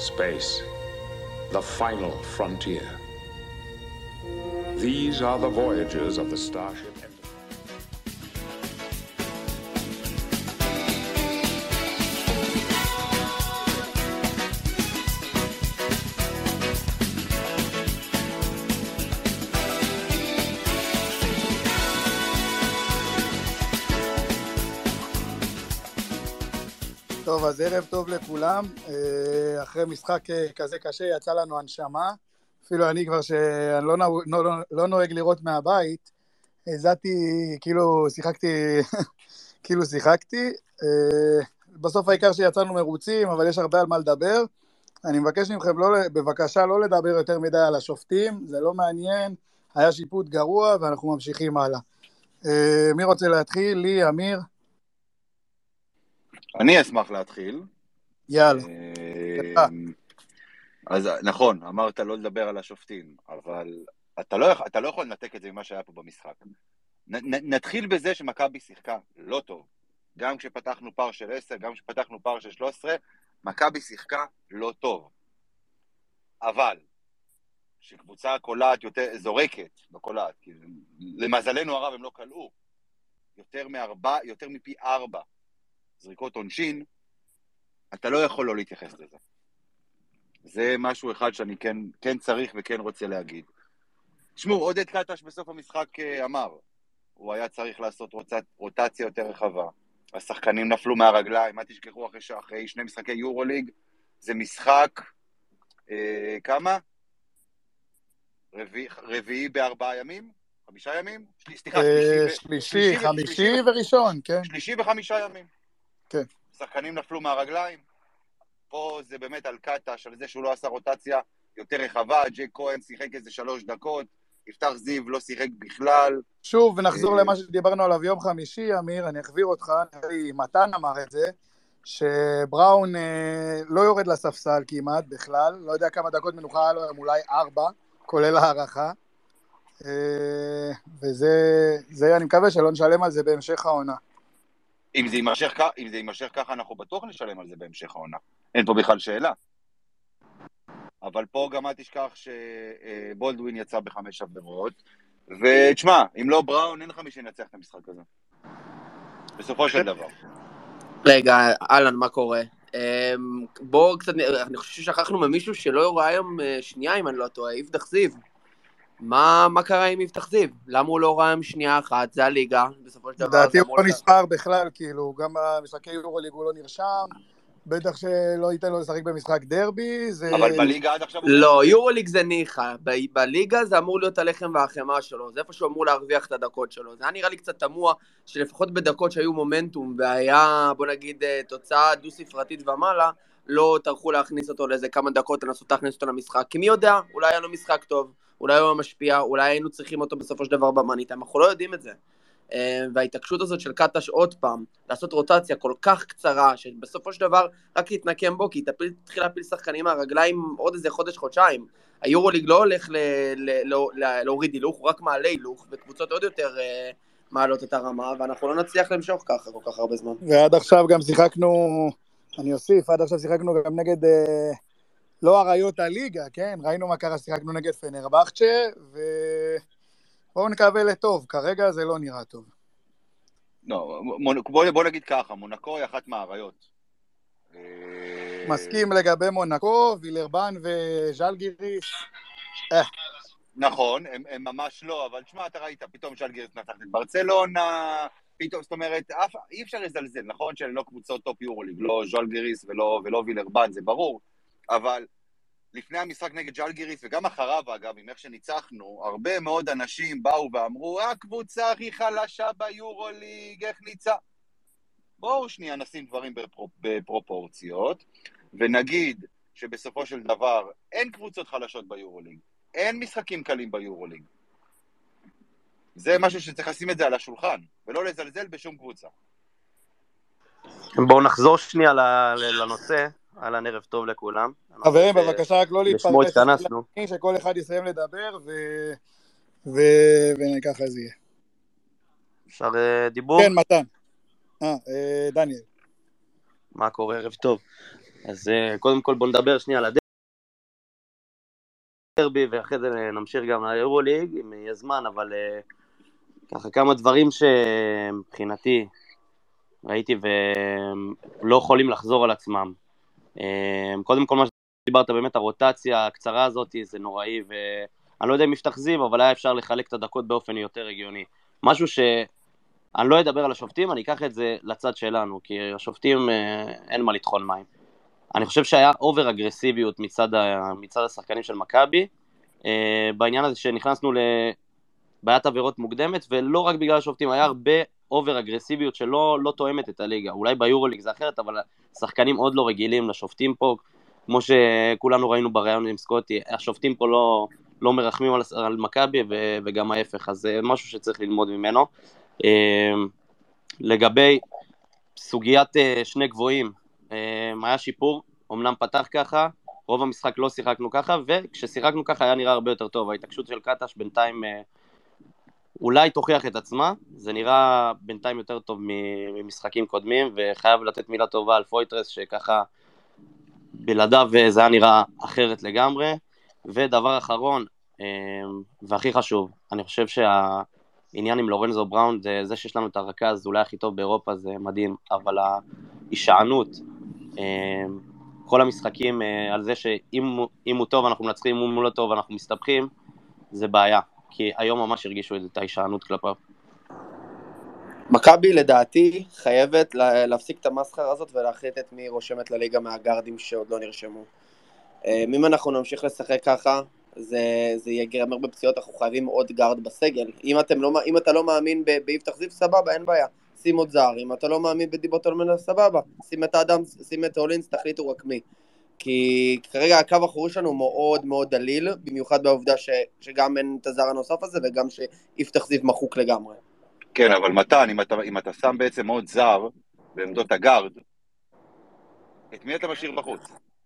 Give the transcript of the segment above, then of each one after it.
space, the final frontier. These are the voyages of the Starship Enterprise. טוב, אז ערב טוב לכולם. אחרי משחק כזה קשה יצא לנו הנשמה. אפילו אני כבר שאני לא נוהג לראות מהבית, הזעתי כאילו שיחקתי. בסוף העיקר שיצאנו מרוצים, אבל יש הרבה על מה לדבר. אני מבקש מכם בבקשה לא לדבר יותר מדי על השופטים, זה לא מעניין, היה שיפוט גרוע ואנחנו ממשיכים הלאה. מי רוצה להתחיל? לי, אמיר? אני אשמח להתחיל. יאללה. אז נכון, אמרת לא לדבר על השופטים, אבל אתה לא יכול לנתק את זה ממה שהיה פה במשחק. נתחיל בזה שמכבי שיחקה לא טוב. גם כשפתחנו פער של 10, גם כשפתחנו פער של 13, מכבי שיחקה לא טוב. אבל שקבוצה קולעת יותר זורקת בקולעת, כי למזלנו הרב הם לא קלעו, יותר מפי 4 זריקות עונשין, אתה לא יכול לא להתייחס לזה. זה משהו אחד שאני כן צריך וכן רוצה להגיד. תשמעו, עודד קטש בסוף המשחק אמר, הוא היה צריך לעשות רוטציה יותר רחבה. השחקנים נפלו מהרגליים, מה תשכחו אחרי 2 משחקי יורוליג, זה משחק, כמה? רביעי ב4 ימים? 5 ימים? סליחה, שלישי, חמישי וראשון, כן. שלישי ב5 ימים. כן. שחקנים נפלו מהרגליים, פה זה באמת על קטש, על זה שהוא לא עשה רוטציה יותר רחבה, ג'יי כהן שיחק איזה 3 דקות, יפתח זיו לא שיחק בכלל. שוב, ונחזור למה שדיברנו עליו יום חמישי, אמיר, אני אכביר אותך, מתן אמר את זה, שבראון לא יורד לספסל כמעט בכלל, לא יודע כמה דקות מנוחה היה לו, אולי 4, כולל הערכה, וזה אני מקווה שלא נשלם על זה בהמשך העונה. אם זה יימשך ככה, אנחנו בטוח נשלם על זה בהמשך העונה. אין פה בכלל שאלה. אבל פה גם אל תשכח שבולדווין יצא ב5 עבירות, ותשמע, אם לא בראון, אין לך מי שינצח את המשחק הזה. בסופו של דבר. רגע, אלן, מה קורה? בואו קצת, אני חושב ששכחנו ממישהו שלא ראה היום שנייה, אם אני לא טועה, יפתח זיו. מה קרה עם יפתח זיו? למה הוא לא ראה עם שנייה אחת? זה הליגה, בסופו של דבר. לדעתי הוא לא נספר בכלל, כאילו, גם במשחקי יורוליג הוא לא נרשם, בטח שלא ייתן לו לשחק במשחק דרבי, זה... אבל בליגה עד עכשיו... לא, יורוליג זה ניחה, בליגה זה אמור להיות הלחם והחמה שלו, זה איפה שהוא אמור להרוויח את הדקות שלו, זה היה נראה לי קצת תמוה, שלפחות בדקות שהיו מומנטום, והיה, בוא נגיד, תוצאה דו-ספרתית ומעלה, לא טרחו להכניס אותו לאיזה כמה דקות, לנסות להכניס אותו למשחק, כי מי יודע, אולי היה לו משחק טוב, אולי הוא משפיע, אולי היינו צריכים אותו בסופו של דבר במאנית, אנחנו לא יודעים את זה. וההתעקשות הזאת של קטש עוד פעם, לעשות רוטציה כל כך קצרה, שבסופו של דבר רק להתנקם בו, כי תתחיל להפיל שחקנים מהרגליים עוד איזה חודש-חודשיים. היורוליג לא הולך להוריד הילוך, הוא רק מעלה הילוך, וקבוצות עוד יותר מעלות את הרמה, ואנחנו לא נצליח למשוך ככה כל כך הרבה זמן. ועד עכשיו גם שיחקנו, אני אוסיף, עד עכשיו שיחקנו גם נגד... לא הראיות הליגה, כן? ראינו מה קרה, שיחקנו נגד פנרבחצ'ה, בואו נקווה לטוב, כרגע זה לא נראה טוב. לא, בוא נגיד ככה, מונקו היא אחת מהראיות. מסכים לגבי מונקו, וילרבן וז'לגיריס. נכון, הם ממש לא, אבל תשמע, אתה ראית, פתאום ז'לגיריס נתח את ברצלונה, פתאום, זאת אומרת, אי אפשר לזלזל, נכון שאלה לא קבוצות טופ יורוליג, לא ז'לגיריס ולא וילרבן, זה ברור, אבל לפני המשחק נגד ז'לגיריס, וגם אחריו, אגב, עם איך שניצחנו, הרבה מאוד אנשים באו ואמרו, הקבוצה הכי חלשה ביורוליג, איך ניצח? בואו שנייה נשים דברים בפרופורציות, ונגיד שבסופו של דבר אין קבוצות חלשות ביורוליג, אין משחקים קלים ביורוליג. זה משהו שצריך לשים את זה על השולחן, ולא לזלזל בשום קבוצה. בואו נחזור שנייה לנושא. אהלן, ערב טוב לכולם. חברים, בבקשה רק לא להתפרץ, שכל אחד יסיים לדבר, וככה זה יהיה. אפשר דיבור? כן, מתן. דניאל. מה קורה? ערב טוב. אז קודם כל בוא נדבר שנייה על הדרבי, ואחרי זה נמשיך גם לאירוליג, אם יהיה זמן, אבל ככה כמה דברים שמבחינתי ראיתי ולא יכולים לחזור על עצמם. קודם כל מה שדיברת, באמת הרוטציה הקצרה הזאת זה נוראי, ואני לא יודע אם יפתח זיו, אבל היה אפשר לחלק את הדקות באופן יותר הגיוני. משהו שאני לא אדבר על השופטים, אני אקח את זה לצד שלנו, כי השופטים אין מה לטחון מים. אני חושב שהיה אובר אגרסיביות מצד השחקנים של מכבי, בעניין הזה שנכנסנו לבעיית עבירות מוקדמת, ולא רק בגלל השופטים, היה הרבה אובר אגרסיביות שלא תואמת את הליגה. אולי ביורוליג זה אחרת, אבל השחקנים עוד לא רגילים לשופטים פה, כמו שכולנו ראינו בראיון עם סקוטי, השופטים פה לא מרחמים על מכבי, וגם ההפך, אז זה משהו שצריך ללמוד ממנו. לגבי סוגיית שני גבוהים, היה שיפור, אמנם פתח ככה, רוב המשחק לא שיחקנו ככה, וכששיחקנו ככה היה נראה הרבה יותר טוב. ההתעקשות של קטש בינתיים אולי תוכיח את עצמה, זה נראה בינתיים יותר טוב ממשחקים קודמים, וחייב לתת מילה טובה על פויטרס, שככה בלעדיו זה היה נראה אחרת לגמרי. ודבר אחרון, והכי חשוב, אני חושב שהעניין עם לורנזו בראון, זה שיש לנו את הרכז אולי הכי טוב באירופה, זה מדהים, אבל ההישענות, כל המשחקים על זה שאם הוא טוב אנחנו מנצחים, אם הוא לא טוב אנחנו מסתבכים, זה בעיה, כי היום ממש הרגישו את ההישענות כלפיו. מכבי לדעתי חייבת להפסיק את המסחרה הזאת ולהחליט את מי רושמת לליגה מהגארדים שעוד לא נרשמו. אם אנחנו נמשיך לשחק ככה, זה יגרם בפציעות, אנחנו חייבים עוד גארד בסגל. אם אתה לא מאמין ביפתח זיו, סבבה, אין בעיה. שים עוד זר, אם אתה לא מאמין בדיבו טולמן, סבבה. שים את האדם, שים את הולינס, תחליטו רק מי. כי כרגע הקו האחורי שלנו מאוד מאוד דליל, במיוחד בעובדה שגם אין את הזר הנוסף הזה, וגם שיפתח זיו מחוק לגמרי. כן, אבל מתן, אם אתה שם בעצם עוד זר בעמדות הגארד, את מי אתה משאיר בחוץ?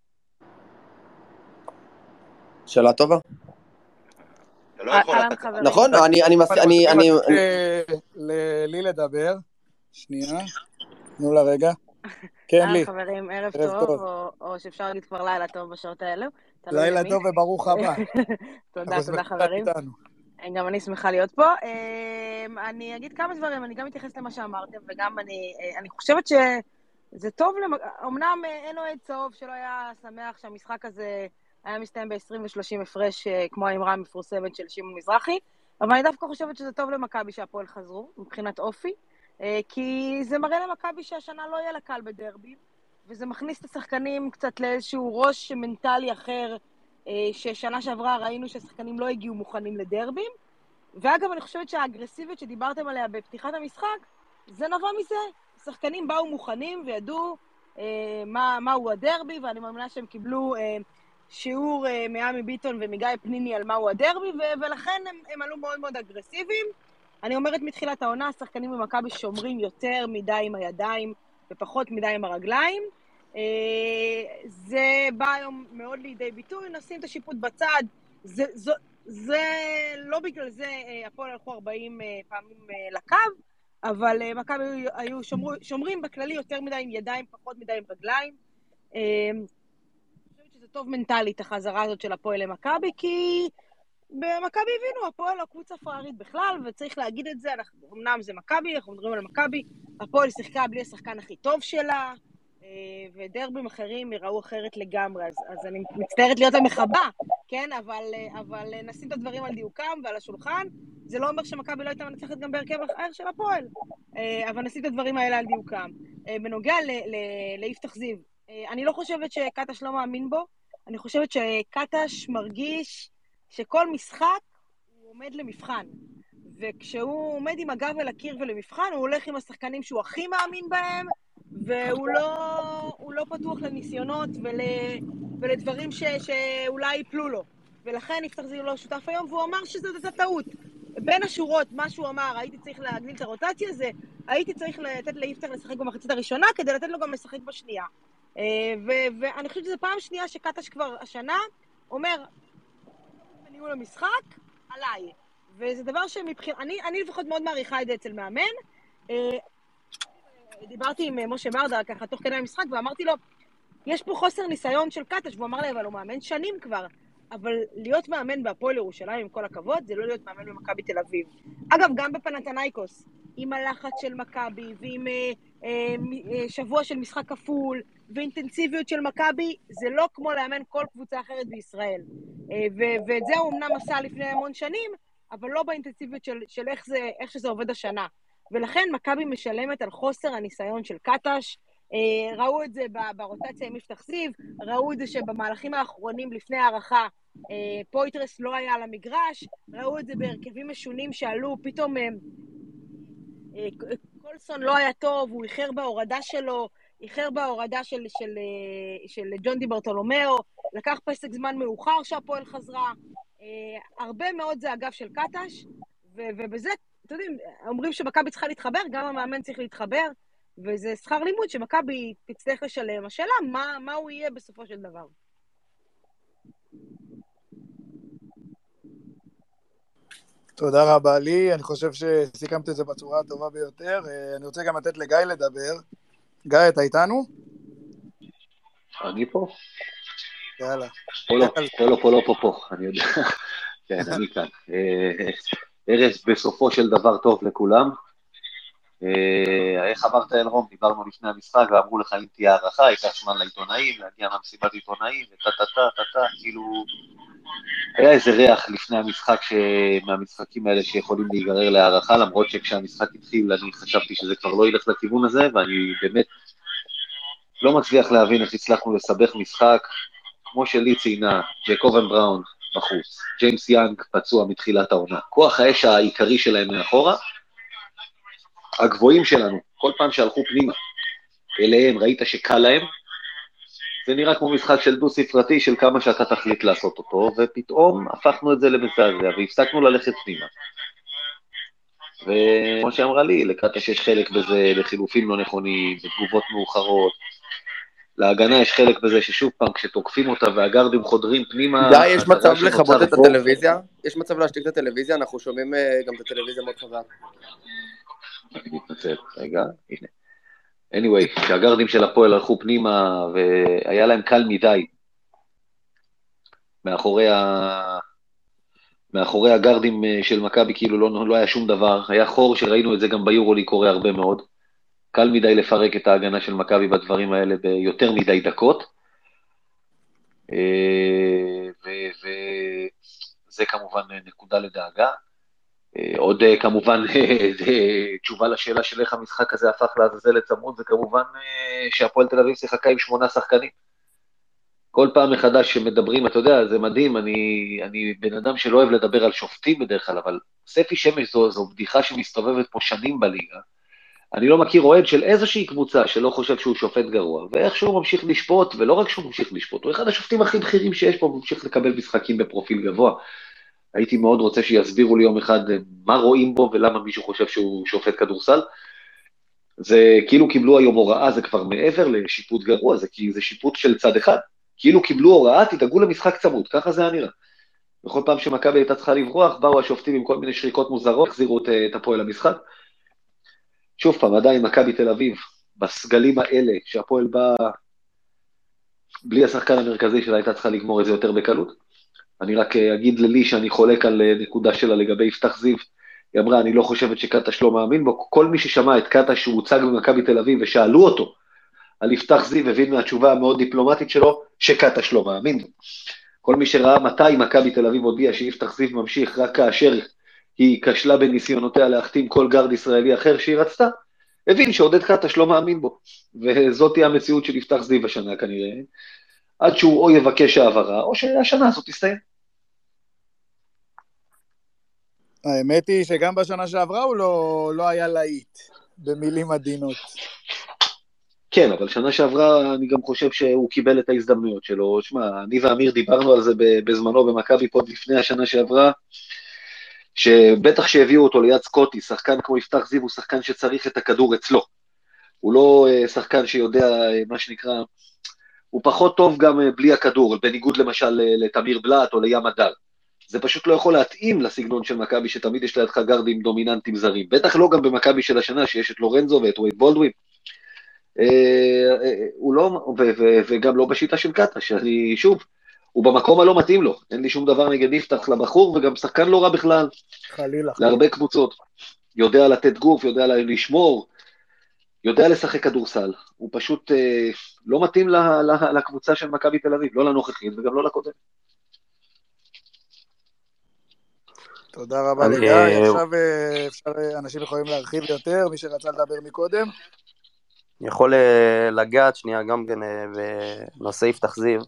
שאלה טובה. אתה לא יכול... נכון, אני... לי לדבר, שנייה, תנו לה רגע. כן, לי. חברים, ערב טוב, או שאפשר להגיד כבר לילה טוב בשעות האלו. לילה טוב וברוך הבא. תודה חברים. גם אני שמחה להיות פה. אני אגיד כמה דברים, אני גם מתייחס למה שאמרתם, וגם אני חושבת שזה טוב, אמנם אין אוהד צהוב שלא היה שמח שהמשחק הזה היה מסתיים ב-20 ו-30 הפרש, כמו האמרה המפורסמת של שמעון מזרחי, אבל אני דווקא חושבת שזה טוב למכבי שהפועל חזרו, מבחינת אופי, כי זה מראה למכבי שהשנה לא יהיה לה קל בדרבי, וזה מכניס את השחקנים קצת לאיזשהו ראש מנטלי אחר, ששנה שעברה ראינו שהשחקנים לא הגיעו מוכנים לדרבים, ואגב אני חושבת שהאגרסיביות שדיברתם עליה בפתיחת המשחק, זה נבע מזה, שחקנים באו מוכנים וידעו מהו הדרבי, ואני מאמינה שהם קיבלו שיעור מעמי ביטון ומגיא פניני על מהו הדרבי, ולכן הם עלו מאוד מאוד אגרסיביים. אני אומרת מתחילת העונה, השחקנים במכבי שומרים יותר מדי עם הידיים ופחות מדי עם הרגליים, זה בא היום מאוד לידי ביטוי, נשים את השיפוט בצד, זה לא בגלל זה הפועל הלכו 40 פעמים לקו, אבל מכבי היו שומרים בכללי יותר מדי עם ידיים, פחות מדי עם רגליים. אני חושבת שזה טוב מנטלית החזרה הזאת של הפועל למכבי, כי במכבי הבינו, הפועל לא קבוצה פרארית בכלל, וצריך להגיד את זה, אמנם זה מכבי, אנחנו מדברים על מכבי, הפועל שיחקה בלי השחקן הכי טוב שלה, ודרבים אחרים יראו אחרת לגמרי, אז אני מצטערת להיות המחבה, כן, אבל נשים את הדברים על דיוקם ועל השולחן, זה לא אומר שמכבי לא הייתה מנצחת גם בהרכב אחר של הפועל, אבל נשים את הדברים האלה על דיוקם. בנוגע ליפתח זיו, אני לא חושבת שקטש לא מאמין בו, אני חושבת שקטש מרגיש שכל משחק הוא עומד למבחן, וכשהוא עומד עם הגב אל הקיר ולמבחן, הוא הולך עם השחקנים שהוא הכי מאמין בהם, והוא לא פתוח לניסיונות ולדברים שאולי יפלו לו. ולכן יפתח זיו לא שותף היום, והוא אמר שזאת טעות. בין השורות, מה שהוא אמר, הייתי צריך להגדיל את הרוטציה הזה, הייתי צריך לתת ליפתח לשחק במחצית הראשונה, כדי לתת לו גם לשחק בשנייה. ואני חושבת שזו פעם שנייה שקטש כבר השנה אומר, בניהול המשחק, עליי. וזה דבר אני לפחות מאוד מעריכה את זה אצל מאמן. דיברתי עם משה מרדה ככה תוך כדי המשחק, ואמרתי לו, יש פה חוסר ניסיון של קטש, והוא אמר לי, אבל הוא מאמן שנים כבר. אבל להיות מאמן בהפועל ירושלים, עם כל הכבוד, זה לא להיות מאמן במכבי תל אביב. אגב, גם בפנתנייקוס, עם הלחץ של מכבי, ועם שבוע של משחק כפול, ואינטנסיביות של מכבי, זה לא כמו לאמן כל קבוצה אחרת בישראל. ואת זה הוא אמנם עשה לפני המון שנים, אבל לא באינטנסיביות של איך שזה עובד השנה. ולכן מכבי משלמת על חוסר הניסיון של קטש, ראו את זה ברוטציה עם יפתח זיו, ראו את זה שבמהלכים האחרונים לפני הערכה, פויטרס לא היה על המגרש, ראו את זה בהרכבים משונים שעלו, פתאום קולסון לא היה טוב, הוא איחר בהורדה שלו, איחר בהורדה של ג'ון די ברטולומיאו, לקח פסק זמן מאוחר שהפועל חזרה, הרבה מאוד זה אגף של קטש, ובזה, אתם יודעים, אומרים שמכבי צריכה להתחבר, גם המאמן צריך להתחבר, וזה שכר לימוד שמכבי תצטרך לשלם. השאלה, מה הוא יהיה בסופו של דבר? תודה רבה לי, אני חושב שסיכמת את זה בצורה הטובה ביותר. אני רוצה גם לתת לגיא לדבר. גיא, אתה איתנו? אני פה? יאללה. פה, אני יודע. כן, אני כאן. ערב בסופו של דבר טוב לכולם. איך אמרת אלרום, דיברנו לפני המשחק ואמרו לך אם תהיה הערכה, הייתה זמן לעיתונאים, להגיע מהמסיבת עיתונאים, כאילו היה איזה ריח לפני המשחק מהמשחקים האלה שיכולים להיגרר להערכה, למרות שכשהמשחק התחיל אני חשבתי שזה כבר לא ילך לכיוון הזה, ואני באמת לא מצליח להבין איך הצלחנו לסבך משחק, כמו שלי ציינה, ג'קובן בראון בחוץ, ג'יימס יאנג פצוע מתחילת העונה, כוח האש העיקרי שלהם מאחורה, הגבוהים שלנו, כל פעם שהלכו פנימה אליהם, ראית שקל להם, זה נראה כמו משחק של דו-ספרתי של כמה שאתה תחליט לעשות אותו, ופתאום הפכנו את זה למזעזע, והפסקנו ללכת פנימה. וכמו שאמרה לי, לקטש יש חלק בזה, לחילופים לא נכונים, בתגובות מאוחרות, להגנה יש חלק בזה ששוב פעם, כשתוקפים אותה והגרדים חודרים פנימה... די, יש מצב לכבות את הטלוויזיה? יש מצב להשתיק את הטלוויזיה? אנחנו שומעים גם את הטלוויזיה מאוד חזק. אני מתנצל, רגע, הנה. anyway, שהגרדים של הפועל הלכו פנימה, והיה להם קל מדי. מאחורי הגרדים של מכבי כאילו לא היה שום דבר, היה חור שראינו את זה גם ביורוליג קורה הרבה מאוד. קל מדי לפרק את ההגנה של מכבי בדברים האלה ביותר מדי דקות. וזה כמובן נקודה לדאגה. עוד כמובן תשובה לשאלה של איך המשחק הזה הפך לעזאזל לצמוד, זה כמובן שהפועל תל אביב שיחקה עם 8 שחקנים. כל פעם מחדש שמדברים, אתה יודע, זה מדהים, אני בן אדם שלא אוהב לדבר על שופטים בדרך כלל, אבל ספי שמש זו בדיחה שמסתובבת פה שנים בליגה. אני לא מכיר אוהד של איזושהי קבוצה שלא חושב שהוא שופט גרוע, ואיך שהוא ממשיך לשפוט, ולא רק שהוא ממשיך לשפוט, הוא אחד השופטים הכי בכירים שיש פה, ממשיך לקבל משחקים בפרופיל גבוה. הייתי מאוד רוצה שיסבירו לי יום אחד מה רואים בו ולמה מישהו חושב שהוא שופט כדורסל. זה כאילו קיבלו היום הוראה, זה כבר מעבר לשיפוט גרוע, זה שיפוט של צד אחד. כאילו קיבלו הוראה, תדאגו למשחק צמוד, ככה זה היה נראה. בכל פעם שמכבי הייתה צריכה לברוח, באו השופטים עם כל מיני שריקות מוזרות, החזירו את הפועל למשחק. שוב פעם, עדיין מכבי תל אביב, בסגלים האלה, שהפועל בא בלי השחקן המרכזי שלה, הייתה צריכה לגמור את זה יותר בקלות. אני רק אגיד לי שאני חולק על נקודה שלה לגבי יפתח זיו, היא אמרה, אני לא חושבת שקטש לא מאמין בו, כל מי ששמע את קטש שהוא הוצג במכבי תל אביב ושאלו אותו על יפתח זיו, הבין מהתשובה המאוד דיפלומטית שלו, שקטש לא מאמין בו. כל מי שראה מתי מכבי תל אביב הודיע שיפתח זיו ממשיך רק כאשר היא כשלה בניסיונותיה להחתים כל גרד ישראלי אחר שהיא רצתה, הבין שעודד קטש לא מאמין בו, וזאת היא המציאות של יפתח זיו השנה כנראה, עד שהוא או יבקש העברה, או שהשנה הזאת תסתיים. האמת היא שגם בשנה שעברה הוא לא היה להיט, במילים עדינות. כן, אבל שנה שעברה אני גם חושב שהוא קיבל את ההזדמנויות שלו. שמע, אני ואמיר דיברנו על זה בזמנו במכבי פה לפני השנה שעברה, שבטח שהביאו אותו ליד סקוטי, שחקן כמו יפתח זיו הוא שחקן שצריך את הכדור אצלו. הוא לא שחקן שיודע מה שנקרא, הוא פחות טוב גם בלי הכדור, בניגוד למשל לתמיר בלט או לים הדר. זה פשוט לא יכול להתאים לסגנון של מכבי, שתמיד יש לידך גרדים דומיננטים זרים. בטח לא גם במכבי של השנה, שיש את לורנזו ואת ווייד בולדווין. הוא לא, וגם לא בשיטה של קטש, אני שוב, הוא במקום הלא מתאים לו, אין לי שום דבר נגד יפתח לבחור, וגם שחקן לא רע בכלל, חלילה. להרבה קבוצות, יודע לתת גוף, יודע לשמור, יודע לשחק כדורסל, הוא פשוט לא מתאים לקבוצה של מכבי תל אביב, לא לנוכחית וגם לא לקודם. תודה רבה לגיא, עכשיו אנשים יכולים להרחיב יותר, מי שרצה לדבר מקודם. אני יכול לגעת שנייה גם כן בנושא יפתח זיו.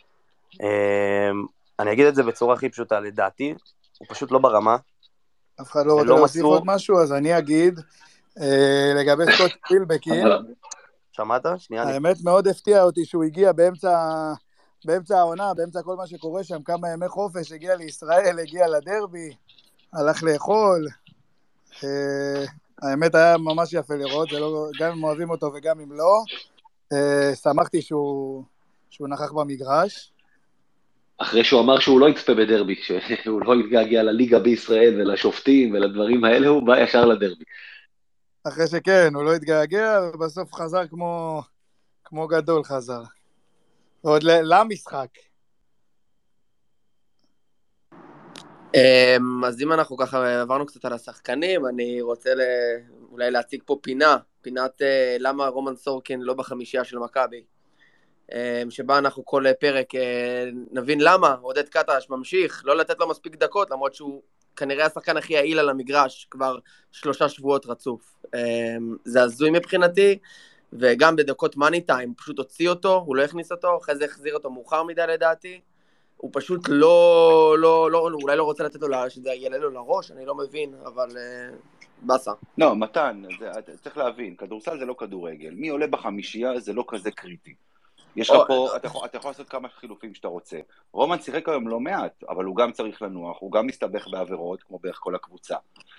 אני אגיד את זה בצורה הכי פשוטה, לדעתי, הוא פשוט לא ברמה. אף אחד לא רוצה להוסיף עוד משהו, אז אני אגיד, לגבי סקוט פילבקין, שמעת? שנייה. האמת מאוד הפתיע אותי שהוא הגיע באמצע העונה, באמצע כל מה שקורה שם, כמה ימי חופש, הגיע לישראל, הגיע לדרבי, הלך לאכול, האמת היה ממש יפה לראות, גם אם אוהבים אותו וגם אם לא, שמחתי שהוא נכח במגרש. אחרי שהוא אמר שהוא לא יצפה בדרבי, שהוא לא יתגעגע לליגה בישראל ולשופטים ולדברים האלה, הוא בא ישר לדרבי. אחרי שכן, הוא לא התגעגע, ובסוף חזר כמו גדול חזר. ועוד למשחק. אז אם אנחנו ככה עברנו קצת על השחקנים, אני רוצה אולי להציג פה פינת למה רומן סורקין לא בחמישייה של מכבי, שבה אנחנו כל פרק נבין למה עודד קטש ממשיך לא לתת לו מספיק דקות, למרות שהוא כנראה השחקן הכי יעיל על המגרש כבר 3 שבועות רצוף. זה הזוי מבחינתי, וגם בדקות מאני טיים פשוט הוציא אותו, הוא לא הכניס אותו, אחרי זה החזיר אותו מאוחר מדי לדעתי, הוא פשוט אולי לא רוצה לתת לו שזה יעלה לו לראש, אני לא מבין, אבל בסה. לא, מתן, צריך להבין, כדורסל זה לא כדורגל, מי עולה בחמישייה זה לא כזה קריטי. יש לך פה, אתה יכול לעשות כמה חילופים שאתה רוצה. רומן שיחק היום לא מעט, אבל הוא גם צריך לנוח, הוא גם מסתבך בעבירות, כמו בערך כל הקבוצה.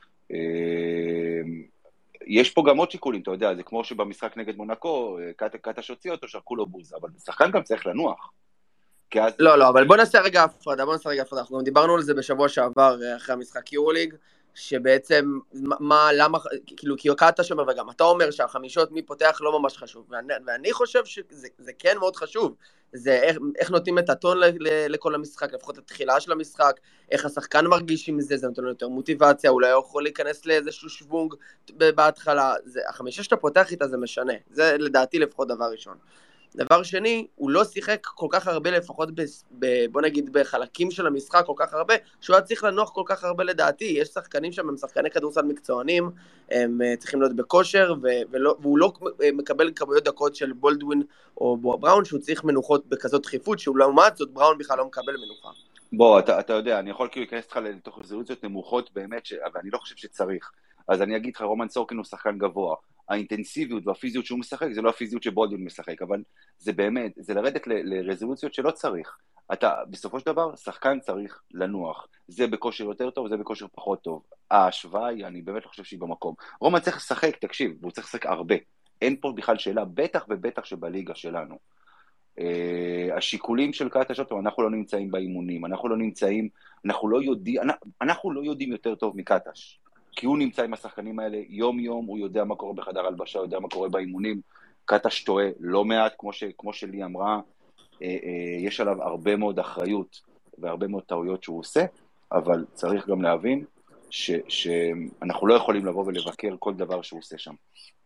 יש פה גם עוד שיקולים, אתה יודע, זה כמו שבמשחק נגד מונקו, קטש הוציא אותו, שרקו לו בוז, אבל שחקן גם צריך לנוח. לא, אבל בוא נעשה רגע הפרדה, אנחנו גם דיברנו על זה בשבוע שעבר, אחרי המשחק יורוליג, שבעצם, למה, כאילו, כי קטש אומר, וגם אתה אומר שהחמישות מי פותח לא ממש חשוב, ואני חושב שזה כן מאוד חשוב, זה איך נותנים את הטון לכל המשחק, לפחות התחילה של המשחק, איך השחקן מרגיש עם זה, זה נותן לו יותר מוטיבציה, אולי הוא יכול להיכנס לאיזשהו שוונג בהתחלה, החמישה שאתה פותח איתה זה משנה, זה לדעתי לפחות דבר ראשון. דבר שני, הוא לא שיחק כל כך הרבה, לפחות בוא נגיד בחלקים של המשחק כל כך הרבה, שהוא היה צריך לנוח כל כך הרבה לדעתי. יש שחקנים שם, הם שחקני כדורסל מקצוענים, הם צריכים להיות בכושר, והוא לא מקבל כמויות דקות של בולדווין או בראון, שהוא צריך מנוחות בכזאת דחיפות, שהוא לעומת זאת בראון בכלל לא מקבל מנוחה. בוא, אתה יודע, אני יכול כאילו להיכנס לך לתוך רזולוציות נמוכות באמת, אבל אני לא חושב שצריך. אז אני אגיד לך, רומן סורקין הוא שחקן גבוה. האינטנסיביות והפיזיות שהוא משחק, זה לא הפיזיות שבולדווין משחק, אבל זה באמת, זה לרדת לרזולוציות שלא צריך. אתה, בסופו של דבר, שחקן צריך לנוח. זה בכושר יותר טוב, זה בכושר פחות טוב. ההשוואה היא, אני באמת לא חושב שהיא במקום. רומן צריך לשחק, תקשיב, והוא צריך לשחק הרבה. אין פה בכלל שאלה, בטח ובטח שבליגה שלנו. השיקולים של קטש, אנחנו לא נמצאים באימונים, אנחנו לא יודעים יותר טוב מקטש. כי הוא נמצא עם השחקנים האלה יום יום, הוא יודע מה קורה בחדר הלבשה, הוא יודע מה קורה באימונים, קטש טועה לא מעט, כמו שלי אמרה, יש עליו הרבה מאוד אחריות, והרבה מאוד טעויות שהוא עושה, אבל צריך גם להבין, שאנחנו לא יכולים לבוא ולבקר כל דבר שהוא עושה שם.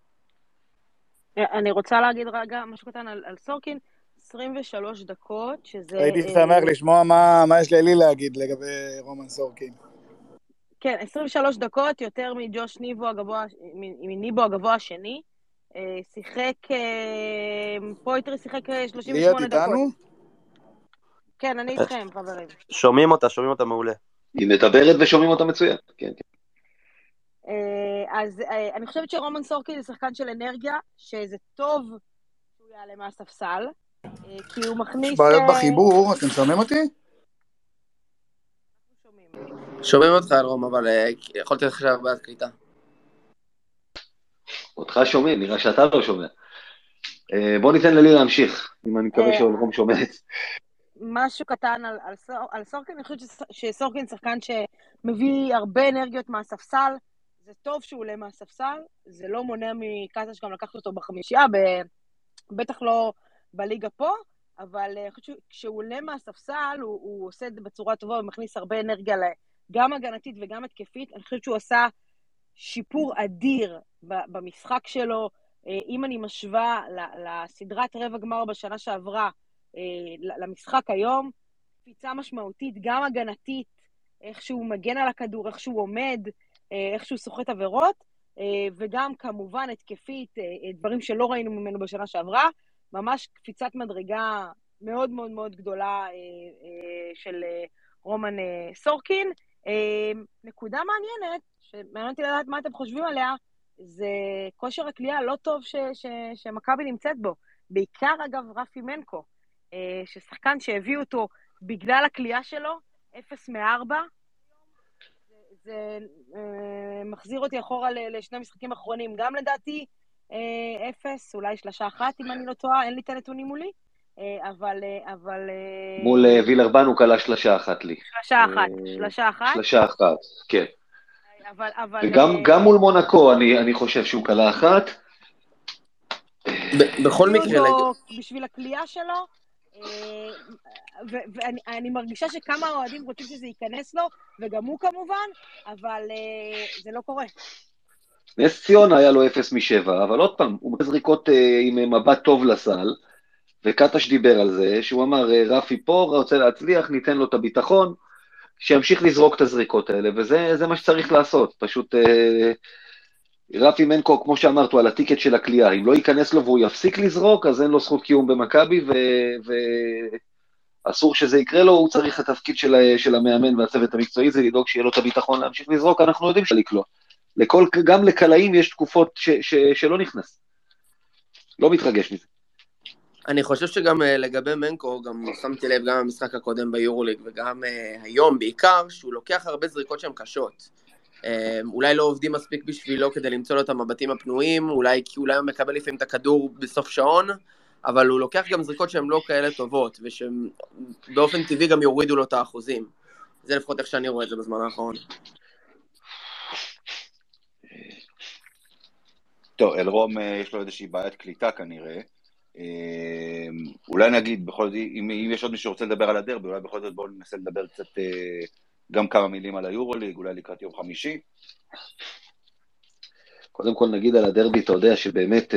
אני רוצה להגיד רגע משהו קטן על סורקין, 23 דקות, שזה... הייתי שמח לשמוע מה יש לי להגיד לגבי רומן סורקין. כן, 23 דקות, יותר מג'וש ניבו הגבוה, מניבו הגבוה השני, שיחק, פויטרי שיחק 38 דקות. איתנו? כן, אני איתכם, חברים. שומעים אותה מעולה. היא מדברת ושומעים אותה מצוין, כן. אז אני חושבת שרומן סורקין זה שחקן של אנרגיה, שזה טוב שהוא יעלה מהספסל, כי הוא מכניס... יש בעיות בחיבור, אתם שומעים אותי? שומעים אותך אלרום, אבל יכולתי לחשב בעד קליטה. אותך שומעים, נראה שאתה לא שומע. בוא ניתן ללי להמשיך, אם אני מקווה שאלרום שומע. משהו קטן על סורקין, אני חושבת שסורקין שחקן שמביא הרבה אנרגיות מהספסל, זה טוב שהוא עולה מהספסל, זה לא מונע מקטש גם לקחת אותו בחמישייה, בטח לא בליגה פה, אבל כשהוא עולה מהספסל, הוא עושה את זה בצורה טובה, הוא מכניס הרבה אנרגיה גם הגנתית וגם התקפית. אני חושבת שהוא עשה שיפור אדיר במשחק שלו. אם אני משווה לסדרת רבע גמר בשנה שעברה, למשחק היום, קפיצה משמעותית, גם הגנתית, איך שהוא מגן על הכדור, איך שהוא עומד, איך שהוא סוחט עבירות, וגם כמובן התקפית, דברים שלא ראינו ממנו בשנה שעברה, ממש קפיצת מדרגה מאוד מאוד מאוד גדולה של רומן סורקין. נקודה מעניינת, שמעניינתי לדעת מה אתם חושבים עליה, זה כושר הקליעה לא טוב שמכבי נמצאת בו. בעיקר אגב רפי מנקו, ששחקן שהביא אותו בגלל הקליעה שלו, 0-4, זה מחזיר אותי אחורה לשני משחקים אחרונים, גם לדעתי 0, אולי 3-1 אם אני לא טועה, אין לי את הנתונים מולי, אבל... מול וילרבן הוא קלה 3-1 לי. 3-1, כן. אבל... וגם מול מונקו אני חושב שהוא קלה 1. בכל מקרה... בשביל הקליעה שלו, ואני מרגישה שכמה אוהדים רוצים שזה ייכנס לו, וגם הוא כמובן, אבל זה לא קורה. נס ציונה היה לו 0-7, אבל עוד פעם, הוא מזריקות עם מבט טוב לסל, וקטש דיבר על זה, שהוא אמר, רפי פה רוצה להצליח, ניתן לו את הביטחון, שימשיך לזרוק את הזריקות האלה, וזה מה שצריך לעשות, פשוט רפי מנקו, כמו שאמרתו, על הטיקט של הקליעה, אם לא ייכנס לו והוא יפסיק לזרוק, אז אין לו זכות קיום במכבי, אסור שזה יקרה לו, הוא צריך את התפקיד של המאמן והצוות המקצועי, זה לדאוג שיהיה לו את הביטחון להמשיך לזרוק, אנחנו יודעים שלקלוע. גם לקלעים יש תקופות שלא נכנס. לא מתרגש מזה. אני חושב שגם לגבי מנקו, גם שמתי לב גם במשחק הקודם ביורוליג, וגם היום בעיקר, שהוא לוקח הרבה זריקות שהן קשות. אולי לא עובדים מספיק בשבילו כדי למצוא לו את המבטים הפנויים, אולי כי אולי הוא מקבל לפעמים את הכדור בסוף שעון, אבל הוא לוקח גם זריקות שהן לא כאלה טובות, ושבאופן טבעי גם יורידו לו את האחוזים. זה לפחות איך שאני רואה את זה בזמן האחרון. טוב, אלרום יש לו איזושהי בעיית קליטה כנראה. אולי נגיד, בכל זאת, אם יש עוד מישהו שרוצה לדבר על הדרבי, אולי בכל זאת בואו ננסה לדבר קצת גם כמה מילים על היורוליג, אולי לקראת יום חמישי. קודם כל נגיד על הדרבי, אתה יודע שבאמת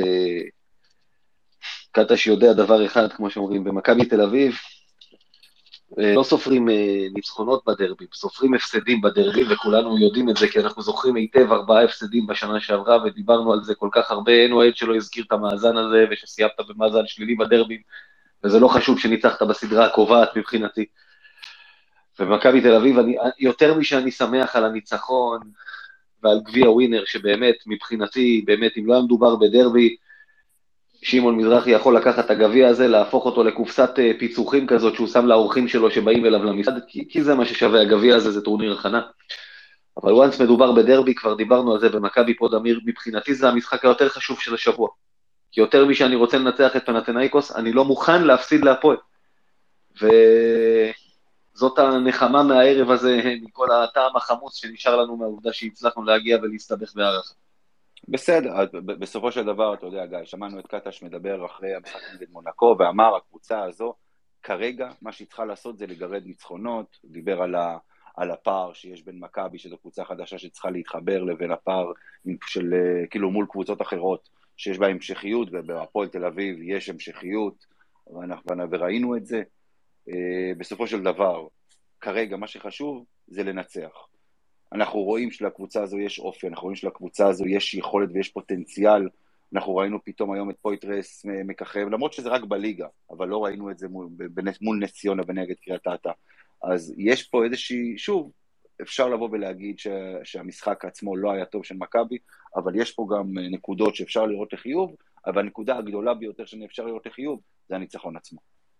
קטש יודע דבר אחד, כמו שאומרים, במכבי תל אביב, לא סופרים ניצחונות בדרבי, סופרים הפסדים בדרבי, וכולנו יודעים את זה, כי אנחנו זוכרים היטב 4 הפסדים בשנה שעברה, ודיברנו על זה כל כך הרבה, אין אוהד שלא הזכיר את המאזן הזה, ושסיימת במאזן שלילי בדרבי, וזה לא חשוב שניצחת בסדרה הקובעת מבחינתי. ובמכבי תל אביב, יותר משאני שמח על הניצחון, ועל גביע ווינר, שבאמת, מבחינתי, באמת, אם לא היה מדובר בדרבי, שמעון מזרחי יכול לקחת את הגביע הזה, להפוך אותו לקופסת פיצוחים כזאת, שהוא שם לאורחים שלו שבאים אליו למשרד, כי זה מה ששווה הגביע הזה, זה טורניר הכנה. אבל וואנס מדובר בדרבי, כבר דיברנו על זה במכבי פודמיר, מבחינתי זה המשחק היותר חשוב של השבוע. כי יותר משאני רוצה לנצח את פנתנאיקוס, אני לא מוכן להפסיד להפועל. וזאת הנחמה מהערב הזה, מכל הטעם החמוץ שנשאר לנו מהעובדה שהצלחנו להגיע ולהסתבך בערכה. בסדר, בסופו של דבר, אתה יודע, גיא, שמענו את קטש מדבר אחרי המשחק נגד מונקו, ואמר, הקבוצה הזו, כרגע, מה שהיא צריכה לעשות זה לגרד ניצחונות, דיבר על הפער שיש בין מכבי, שזו קבוצה חדשה שצריכה להתחבר, לבין הפער של, כאילו, מול קבוצות אחרות, שיש בה המשכיות, ובהפועל תל אביב יש המשכיות, וראינו את זה. בסופו של דבר, כרגע, מה שחשוב זה לנצח. אנחנו רואים שלקבוצה הזו יש אופי, אנחנו רואים שלקבוצה הזו יש יכולת ויש פוטנציאל, אנחנו ראינו פתאום היום את פויטרס מככב, למרות שזה רק בליגה, אבל לא ראינו את זה מול נס ציונה ונגד קריית אתא, אז יש פה איזושהי, שוב, אפשר לבוא ולהגיד שהמשחק עצמו לא היה טוב של מכבי, אבל יש פה גם נקודות שאפשר לראות לחיוב, אבל הנקודה הגדולה ביותר שאפשר לראות לחיוב, זה הניצחון עצמו.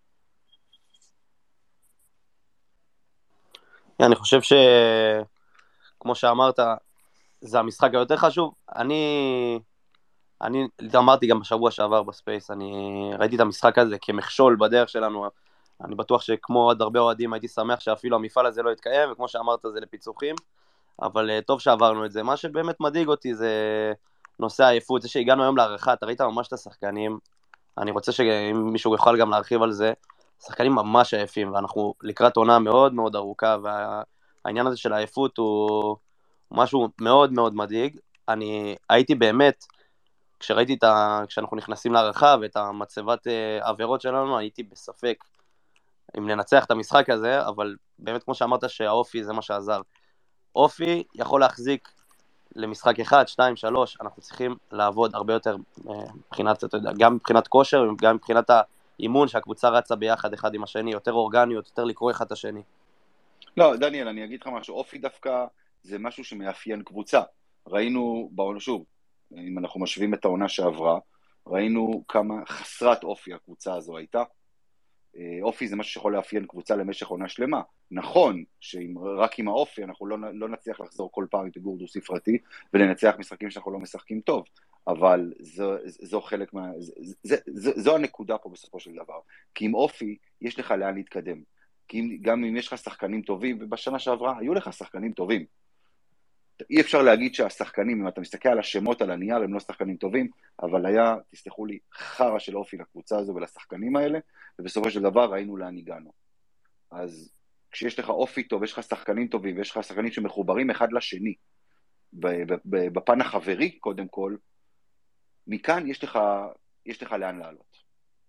אני חושב כמו שאמרת, זה המשחק היותר חשוב. אני אמרתי גם בשבוע שעבר בספייס, אני ראיתי את המשחק הזה כמכשול בדרך שלנו, אני בטוח שכמו עוד הרבה אוהדים הייתי שמח שאפילו המפעל הזה לא יתקיים, וכמו שאמרת זה לפיצוחים, אבל טוב שעברנו את זה. מה שבאמת מדאיג אותי זה נושא העייפות, זה שהגענו היום להערכה, אתה ראית ממש את השחקנים, אני רוצה שאם מישהו יוכל גם להרחיב על זה, שחקנים ממש עייפים, ואנחנו לקראת עונה מאוד מאוד ארוכה, והעניין הזה של העייפות הוא משהו מאוד מאוד מדאיג. אני הייתי באמת, כשראיתי כשאנחנו נכנסים להערכה ואת המצבת עבירות שלנו, הייתי בספק אם ננצח את המשחק הזה, אבל באמת כמו שאמרת שהאופי זה מה שעזר. אופי יכול להחזיק למשחק 1, 2, 3, אנחנו צריכים לעבוד הרבה יותר מבחינת, אתה יודע, גם מבחינת כושר, גם מבחינת האימון, שהקבוצה רצה ביחד אחד עם השני, יותר אורגניות, יותר לקרוא אחד את השני. לא, דניאל, אני אגיד לך משהו, אופי דווקא זה משהו שמאפיין קבוצה. ראינו בעונה, שוב, אם אנחנו משווים את העונה שעברה, ראינו כמה חסרת אופי הקבוצה הזו הייתה. אופי זה משהו שיכול לאפיין קבוצה למשך עונה שלמה. נכון שרק עם האופי אנחנו לא נצליח לחזור כל פעם עם פיגור דו ספרתי, ולנצח משחקים שאנחנו לא משחקים טוב, אבל זו חלק זו הנקודה פה בסופו של דבר. כי עם אופי יש לך לאן להתקדם. כי גם אם יש לך שחקנים טובים, ובשנה שעברה היו לך שחקנים טובים, אי אפשר להגיד שהשחקנים, אם אתה מסתכל על השמות על הנייר, הם לא שחקנים טובים, אבל היה, תסלחו לי, חרה של אופי לקבוצה הזו ולשחקנים האלה, ובסופו של דבר ראינו לאן הגענו. אז כשיש לך אופי טוב, יש לך שחקנים טובים, ויש לך שחקנים שמחוברים אחד לשני, בפן החברי קודם כל, מכאן יש לך לאן לעלות.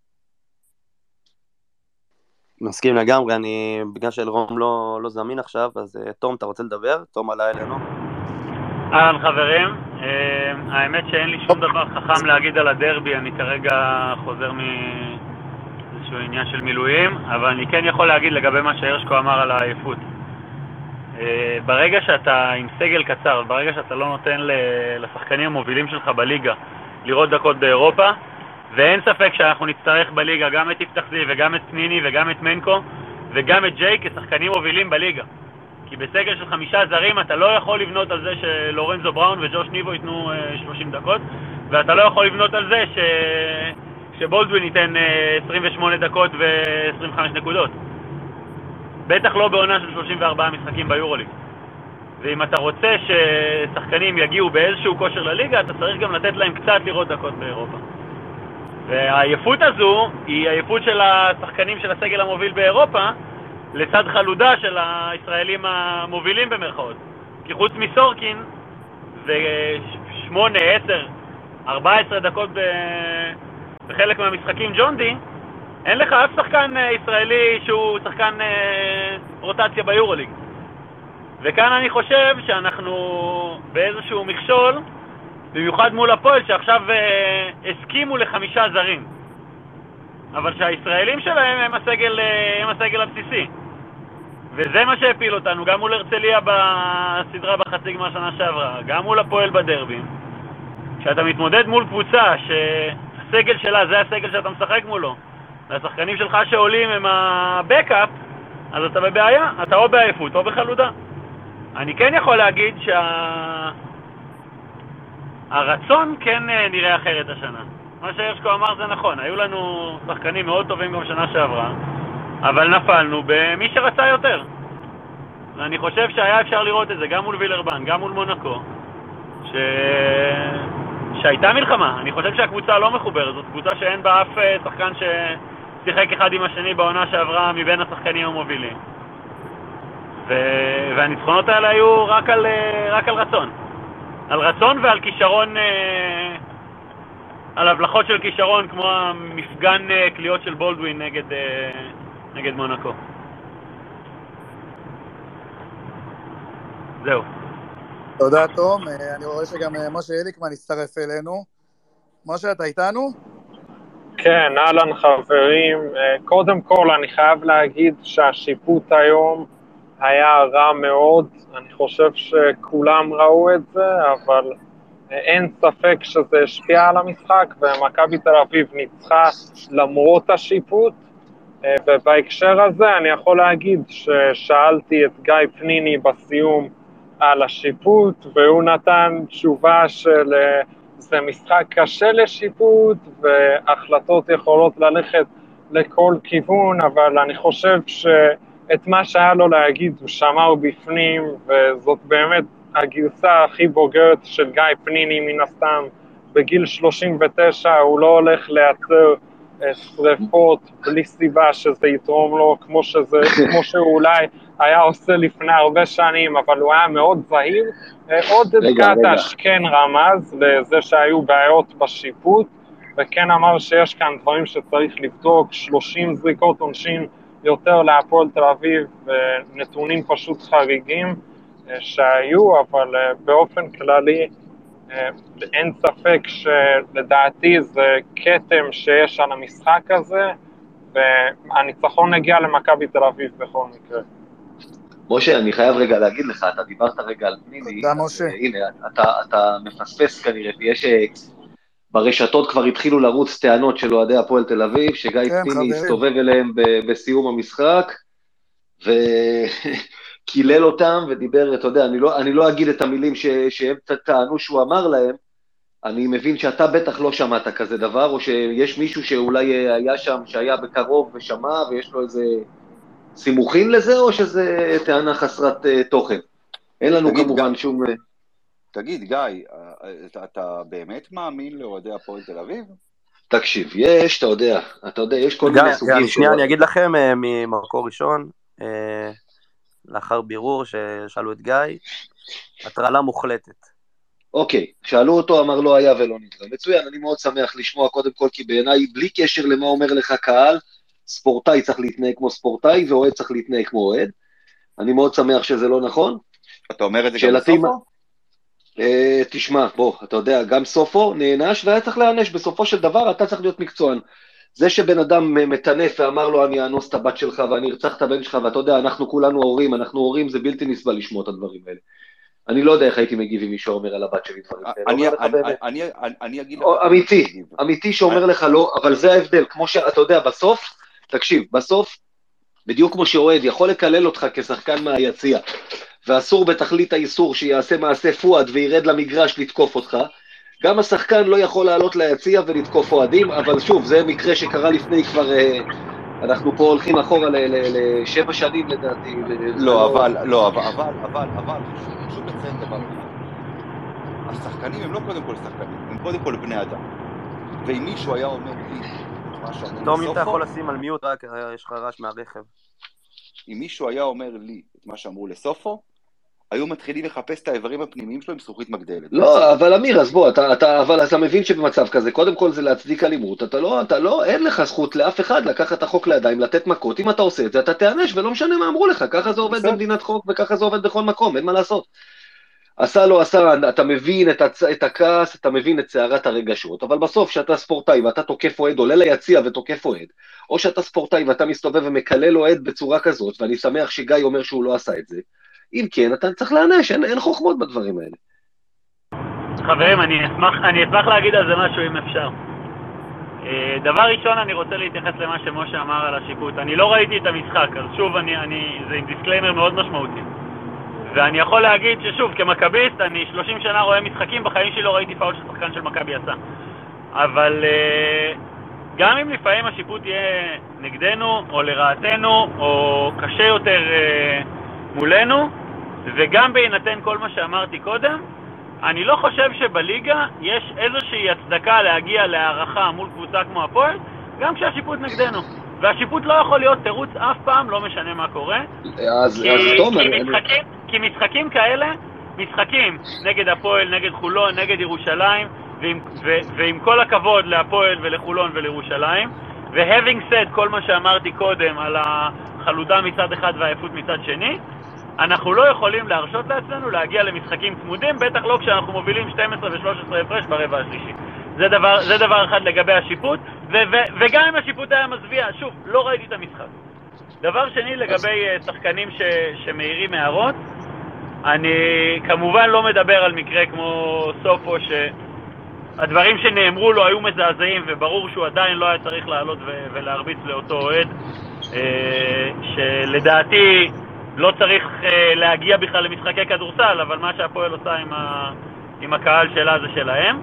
מסכים לגמרי, בגלל שאלרום לא זמין עכשיו, אז תום, אתה רוצה לדבר? תום עלה אלינו. אהלן חברים, האמת שאין לי שום דבר חכם להגיד על הדרבי, אני כרגע חוזר מאיזשהו עניין של מילואים, אבל אני כן יכול להגיד לגבי מה שהרשקו אמר על העייפות. ברגע שאתה עם סגל קצר, ברגע שאתה לא נותן לשחקנים המובילים שלך בליגה לראות דקות באירופה, ואין ספק שאנחנו נצטרך בליגה גם את יפתח זיו וגם את פניני וגם את מנקו וגם את ג'יי כשחקנים מובילים בליגה. כי בסגל של 5 זרים אתה לא יכול לבנות על זה שלורנזו בראון וג'וש ניבו ייתנו 30 דקות, ואתה לא יכול לבנות על זה שבולדווין ייתן 28 דקות ו-25 נקודות. בטח לא בעונה של 34 משחקים ביורוליג. ואם אתה רוצה ששחקנים יגיעו באיזשהו כושר לליגה, אתה צריך גם לתת להם קצת לראות דקות באירופה. והעייפות הזו היא העייפות של השחקנים של הסגל המוביל באירופה, לצד חלודה של הישראלים המובילים במרכאות. כי חוץ מסורקין, זה 8, 10, 14 דקות בחלק מהמשחקים ג'ונדי, אין לך אף שחקן ישראלי שהוא שחקן רוטציה ביורוליג. וכאן אני חושב שאנחנו באיזשהו מכשול, במיוחד מול הפועל שעכשיו הסכימו ל5 זרים. אבל שהישראלים שלהם הם הסגל הבסיסי. וזה מה שהפיל אותנו, גם מול הרצליה בסדרה בחצי גמר שנה שעברה, גם מול הפועל בדרבי. כשאתה מתמודד מול קבוצה שהסגל שלה זה הסגל שאתה משחק מולו, והשחקנים שלך שעולים הם הבקאפ, אז אתה בבעיה, אתה או בעייפות או בחלודה. אני כן יכול להגיד שהרצון כן נראה אחרת השנה. מה שהרשקו אמר זה נכון, היו לנו שחקנים מאוד טובים גם שנה שעברה, אבל נפלנו במי שרצה יותר. ואני חושב שהיה אפשר לראות את זה גם מול וילרבן, גם מול מונקו, שהייתה מלחמה. אני חושב שהקבוצה לא מחוברת, זאת קבוצה שאין בה אף שחקן ששיחק אחד עם השני בעונה שעברה מבין השחקנים המובילים. והניצחונות האלה היו רק על רצון. על רצון ועל כישרון, על הבלחות של כישרון, כמו המפגן קליעות של בולדווין נגד מונקו. זהו. תודה תום, אני רואה שגם משה אליקמן הצטרף אלינו. משה, אתה איתנו? כן, אהלן חברים. קודם כל אני חייב להגיד שהשיפוט היום היה רע מאוד. אני חושב שכולם ראו את זה, אבל אין ספק שזה השפיע על המשחק, ומכבי תל אביב ניצחה למרות השיפוט. ובהקשר הזה אני יכול להגיד ששאלתי את גיא פניני בסיום על השיפוט, והוא נתן תשובה של זה משחק קשה לשיפוט, והחלטות יכולות ללכת לכל כיוון, אבל אני חושב שאת מה שהיה לו להגיד הוא שמע בפנים, וזאת באמת הגרסה הכי בוגרת של גיא פניני מן הסתם, בגיל 39 הוא לא הולך לייצר שריפות בלי סיבה שזה יתרום לו, כמו שהוא אולי היה עושה לפני הרבה שנים, אבל הוא היה מאוד זהיר. עוד קטש כן רמז לזה שהיו בעיות בשיפוט, וכן אמר שיש כאן דברים שצריך לבדוק, 30 זריקות עונשין יותר להפועל תל אביב, נתונים פשוט חריגים שהיו, אבל באופן כללי אין ספק שלדעתי זה קטם שיש על המשחק הזה, והניצחון הגיע למכבי תל אביב בכל מקרה. משה, אני חייב רגע להגיד לך, אתה דיברת רגע על פניני, תודה משה. הנה, אתה מפספס כנראה, יש ברשתות כבר התחילו לרוץ טענות של אוהדי הפועל תל אביב, שגיא פניני הסתובב אליהם בסיום המשחק, וקילל אותם ודיבר, אתה יודע, אני לא אגיד את המילים שהם טענו שהוא אמר להם, אני מבין שאתה בטח לא שמעת כזה דבר, או שיש מישהו שאולי היה שם, שהיה בקרוב ושמע, ויש לו איזה סימוכין לזה, או שזה טענה חסרת תוכן? אין לנו כמובן שום... תגיד, גיא, אתה באמת מאמין לאוהדי הפועל תל אביב? תקשיב, יש, אתה יודע, יש כל מיני סוגים. שנייה, אני אגיד לכם ממקור ראשון, לאחר בירור ששאלו את גיא, הטרלה מוחלטת. אוקיי, שאלו אותו, אמר לא היה ולא נדרה. מצוין, אני מאוד שמח לשמוע קודם כל, כי בעיניי, בלי קשר למה אומר לך קהל, ספורטאי צריך להתנהג כמו ספורטאי, ואוהד צריך להתנהג כמו אוהד. אני מאוד שמח שזה לא נכון. אתה אומר את זה גם בסופו? תשמע, בוא, אתה יודע, גם סופו נענש, והיה צריך להענש. בסופו של דבר, אתה צריך להיות מקצוען. זה שבן אדם מטנף ואמר לו, אני אאנוס את הבת שלך, ואני ארצח את הבן שלך, ואתה יודע, אנחנו כולנו הורים, זה בלתי נסבל לשמוע את הדברים האלה. אני לא יודע איך הייתי מגיב אם מישהו אומר על הבת שלי דברים כאלה. אני אגיד לך... אמיתי שאומר לך לא, אבל זה ההבדל. כמו שאתה יודע, בסוף, תקשיב, בסוף, בדיוק כמו שאוהד יכול לקלל אותך כשחקן מהיציע, ואסור בתכלית האיסור שיעשה מעשה פואד וירד למגרש לתקוף אותך, גם השחקן לא יכול לעלות ליציע ולתקוף אוהדים, אבל שוב, זה מקרה שקרה לפני כבר... אנחנו פה הולכים אחורה ל7 שנים לדעתי. אבל, חשוב לציין דבר אחד. השחקנים הם לא קודם כל שחקנים, הם קודם כל בני אדם. ואם מישהו היה אומר לי, תומי, אתה יכול לשים על מיוט, רק יש לך רעש מהרכב. אם מישהו היה אומר לי את מה שאמרו לסופו, היו מתחילים לחפש את האיברים הפנימיים שלו עם זכוכית מגדלת. לא, אבל אמיר, אז בוא, אבל אתה מבין שבמצב כזה, קודם כל זה להצדיק אלימות, אתה לא, אין לך זכות לאף אחד לקחת את החוק לידיים, לתת מכות, אם אתה עושה את זה, אתה תענש, ולא משנה מה אמרו לך, ככה זה עובד במדינת חוק, וככה זה עובד בכל מקום, אין מה לעשות. עשה, אתה מבין את הכעס, אתה מבין את סערת הרגשות, אבל בסוף שאתה ספורטאי ואתה תוקף אוהד, עולה ליציע ותוקף אוהד, או שאתה ספורטאי ואתה מסתובב ומקלל אוהד בצורה כזאת, ואני שמח שגיא אומר שהוא לא עשה את זה, אם כן, אתה צריך להענש, אין חוכמות בדברים האלה. חברים, אני אשמח להגיד על זה משהו אם אפשר. דבר ראשון, אני רוצה להתייחס למה שמשה אמר על השיפוט. אני לא ראיתי את המשחק, אז שוב, זה עם דיסקליימר מאוד משמעותי. ואני יכול להגיד ששוב, כמכביסט, אני 30 שנה רואה משחקים, בחיים שלי לא ראיתי פאול ששחקן של מכבי עשה. אבל גם אם לפעמים השיפוט יהיה נגדנו, או לרעתנו, או קשה יותר מולנו, וגם בהינתן כל מה שאמרתי קודם, אני לא חושב שבליגה יש איזושהי הצדקה להגיע להערכה מול קבוצה כמו הפועל, גם כשהשיפוט נגדנו. והשיפוט לא יכול להיות תירוץ אף פעם, לא משנה מה קורה. כי משחקים כאלה, משחקים נגד הפועל, נגד חולון, נגד ירושלים, ועם כל הכבוד להפועל ולחולון ולירושלים, ו-having said כל מה שאמרתי קודם על החלודה מצד אחד והעייפות מצד שני, אנחנו לא יכולים להרשות לעצמנו להגיע למשחקים צמודים, בטח לא כשאנחנו מובילים 12 ו-13 הפרש ברבע השלישי. זה דבר אחד לגבי השיפוט, וגם אם השיפוט היה מזוויע, שוב, לא ראיתי את המשחק. דבר שני לגבי שחקנים שמאירים הערות, אני כמובן לא מדבר על מקרה כמו סופו, שהדברים שנאמרו לו היו מזעזעים, וברור שהוא עדיין לא היה צריך לעלות ולהרביץ לאותו אוהד, שלדעתי לא צריך להגיע בכלל למשחקי כדורסל, אבל מה שהפועל עושה עם הקהל שלה זה שלהם.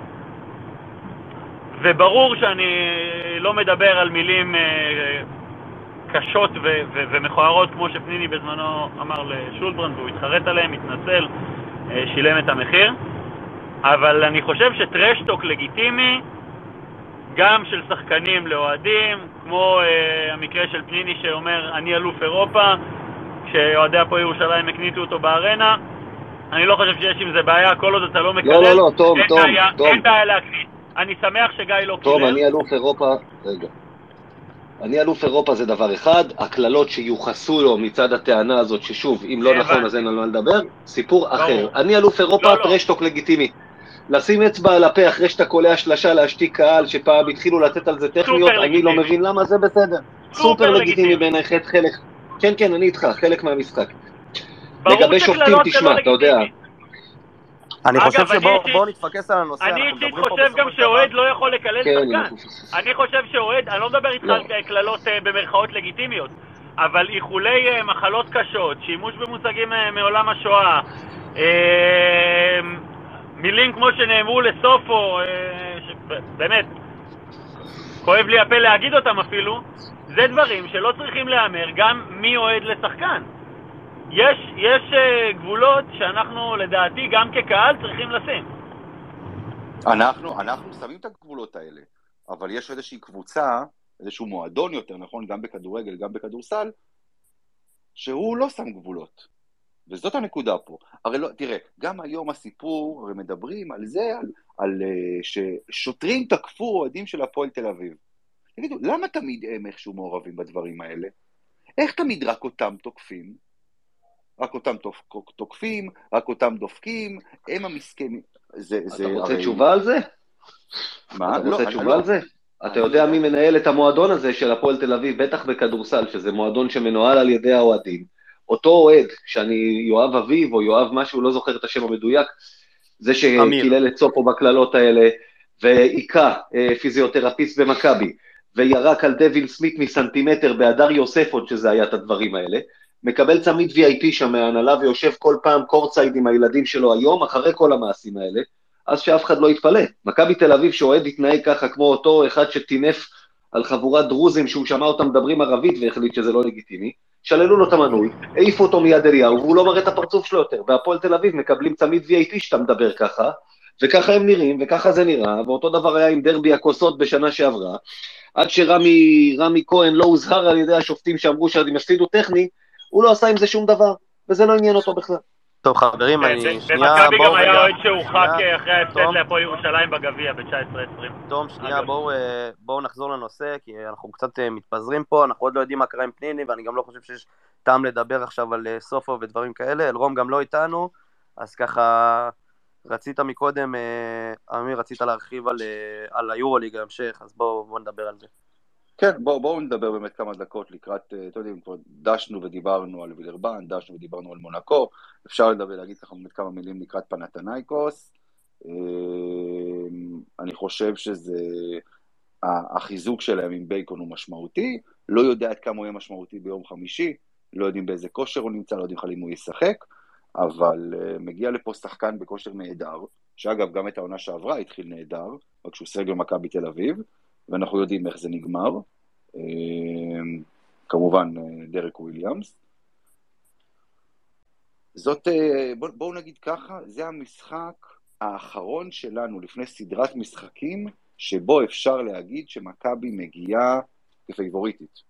וברור שאני לא מדבר על מילים קשות ומכוערות כמו שפניני בזמנו אמר לשולברן, והוא התחרט עליהם, התנצל, שילם את המחיר, אבל אני חושב שטרשטוק לגיטימי, גם של שחקנים לאוהדים, כמו המקרה של פניני שאומר אני אלוף אירופה, כשאוהדי הפועל ירושלים הקניתו אותו בארנה, אני לא חושב שיש עם זה בעיה, כל עוד אתה לא מקלל, לא, תום. אין בעיה להקנית. אני שמח שגיא לא קילל. תום, אני אלוף אירופה, רגע. אני אלוף אירופה זה דבר אחד, הכללות שיוחסו לו מצד הטענה הזאת, ששוב, אם לא נכון אז אין על מה לדבר, סיפור אחר. אני אלוף אירופה, טרשטוק לגיטימי. לשים אצבע על הפה אחרי שאתה קולע שלשה להשתיק קהל שפעם התחילו לתת על זה טכניות, אני לא מבין למה זה בסדר. סופר לגיטימי בעיניי חלק. כן, אני איתך, חלק מהמשחק. לגבי שופטים, תשמע, אתה יודע. אני חושב שבואו נתפקס על הנושא. אני אישית חושב גם שאוהד לא יכול לקלל שחקן. אני חושב שאוהד, אני לא מדבר איתך על קללות במרכאות לגיטימיות, אבל איחולי מחלות קשות, שימוש במושגים מעולם השואה, מילים כמו שנאמרו לסופו, באמת, כואב לי הפה להגיד אותם אפילו, זה דברים שלא צריכים להיאמר גם מי אוהד לשחקן. יש גבולות שאנחנו לדעתי גם כקהל צריכים לשים. אנחנו שמים את הגבולות האלה, אבל יש איזושהי קבוצה, איזשהו מועדון יותר, נכון, גם בכדורגל, גם בכדורסל, שהוא לא שם גבולות. וזאת הנקודה פה. הרי לא, תראה, גם היום הסיפור, הרי מדברים על זה, על ששוטרים תקפו אוהדים של הפועל תל אביב. תגידו, למה תמיד הם איכשהו מעורבים בדברים האלה? איך תמיד רק אותם תוקפים? רק אותם תוקפים, רק אותם דופקים, הם המסכנים. אתה רוצה תשובה על זה? מה? אתה רוצה תשובה על זה? אתה יודע מי מנהל את המועדון הזה של הפועל תל אביב, בטח בכדורסל, שזה מועדון שמנוהל על ידי האוהדים. אותו אוהד, שאני יואב אביב או יואב משהו, לא זוכר את השם המדויק, זה שקילל את סופו בכללות האלה, ועיקה פיזיותרפיסט במכבי, וירק על דוויל סמית מסנטימטר באדר יוספות, שזה היה את הדברים האלה, מקבל צמיד VIP שם מהנהלה, ויושב כל פעם קורצייד עם הילדים שלו היום, אחרי כל המעשים האלה, אז שאף אחד לא יתפלא. מכבי תל אביב שאוהד יתנהג ככה, כמו אותו אחד שטינף על חבורת דרוזים, שהוא שמע אותם מדברים ערבית, והחליט שזה לא לגיטימי, שללו לו את המנוי, העיפו אותו מיד אליהו, והוא לא מראה את הפרצוף שלו יותר, והפועל תל אביב מקבלים צמיד VIP שאתה מדבר ככה, וככה הם נראים, וככה זה נראה, ואותו דבר היה עם דרבי הכוסות בשנה שעברה, עד שרמי כהן לא הוזהר על ידי השופטים שאמרו שהם יפסידו טכני, הוא לא עשה עם זה שום דבר, וזה לא עניין אותו בכלל. טוב חברים, אני שנייה... במכבי גם היה אוהד שהורחק אחרי ההפסד להפועל ירושלים בגביע ב-19-20. תום, שנייה, בואו נחזור לנושא, כי אנחנו קצת מתפזרים פה, אנחנו עוד לא יודעים מה קרה עם פניני, ואני גם לא חושב שיש טעם לדבר עכשיו על סופו ודברים כאלה, אלרום גם לא איתנו, אז ככה רצית מקודם, אמיר, רצית להרחיב על היורוליג ההמשך, אז בואו נדבר על זה. כן, בואו נדבר באמת כמה דקות לקראת, אתם יודעים, כבר דשנו ודיברנו על וילרבן, דשנו ודיברנו על מונקו, אפשר להגיד ככה באמת כמה מילים לקראת פנתנייקוס. אני חושב שזה, החיזוק שלהם עם בייקון הוא משמעותי, לא יודע עד כמה הוא יהיה משמעותי ביום חמישי, לא יודעים באיזה כושר הוא נמצא, לא יודעים אם הוא ישחק, אבל מגיע לפה שחקן בכושר נהדר, שאגב גם את העונה שעברה התחיל נהדר, רק שהוא שיחק במכבי תל אביב, ואנחנו יודעים איך זה נגמר, כמובן דרק וויליאמס. זאת, בואו נגיד ככה, זה המשחק האחרון שלנו לפני סדרת משחקים, שבו אפשר להגיד שמכבי מגיעה כפייבוריטית.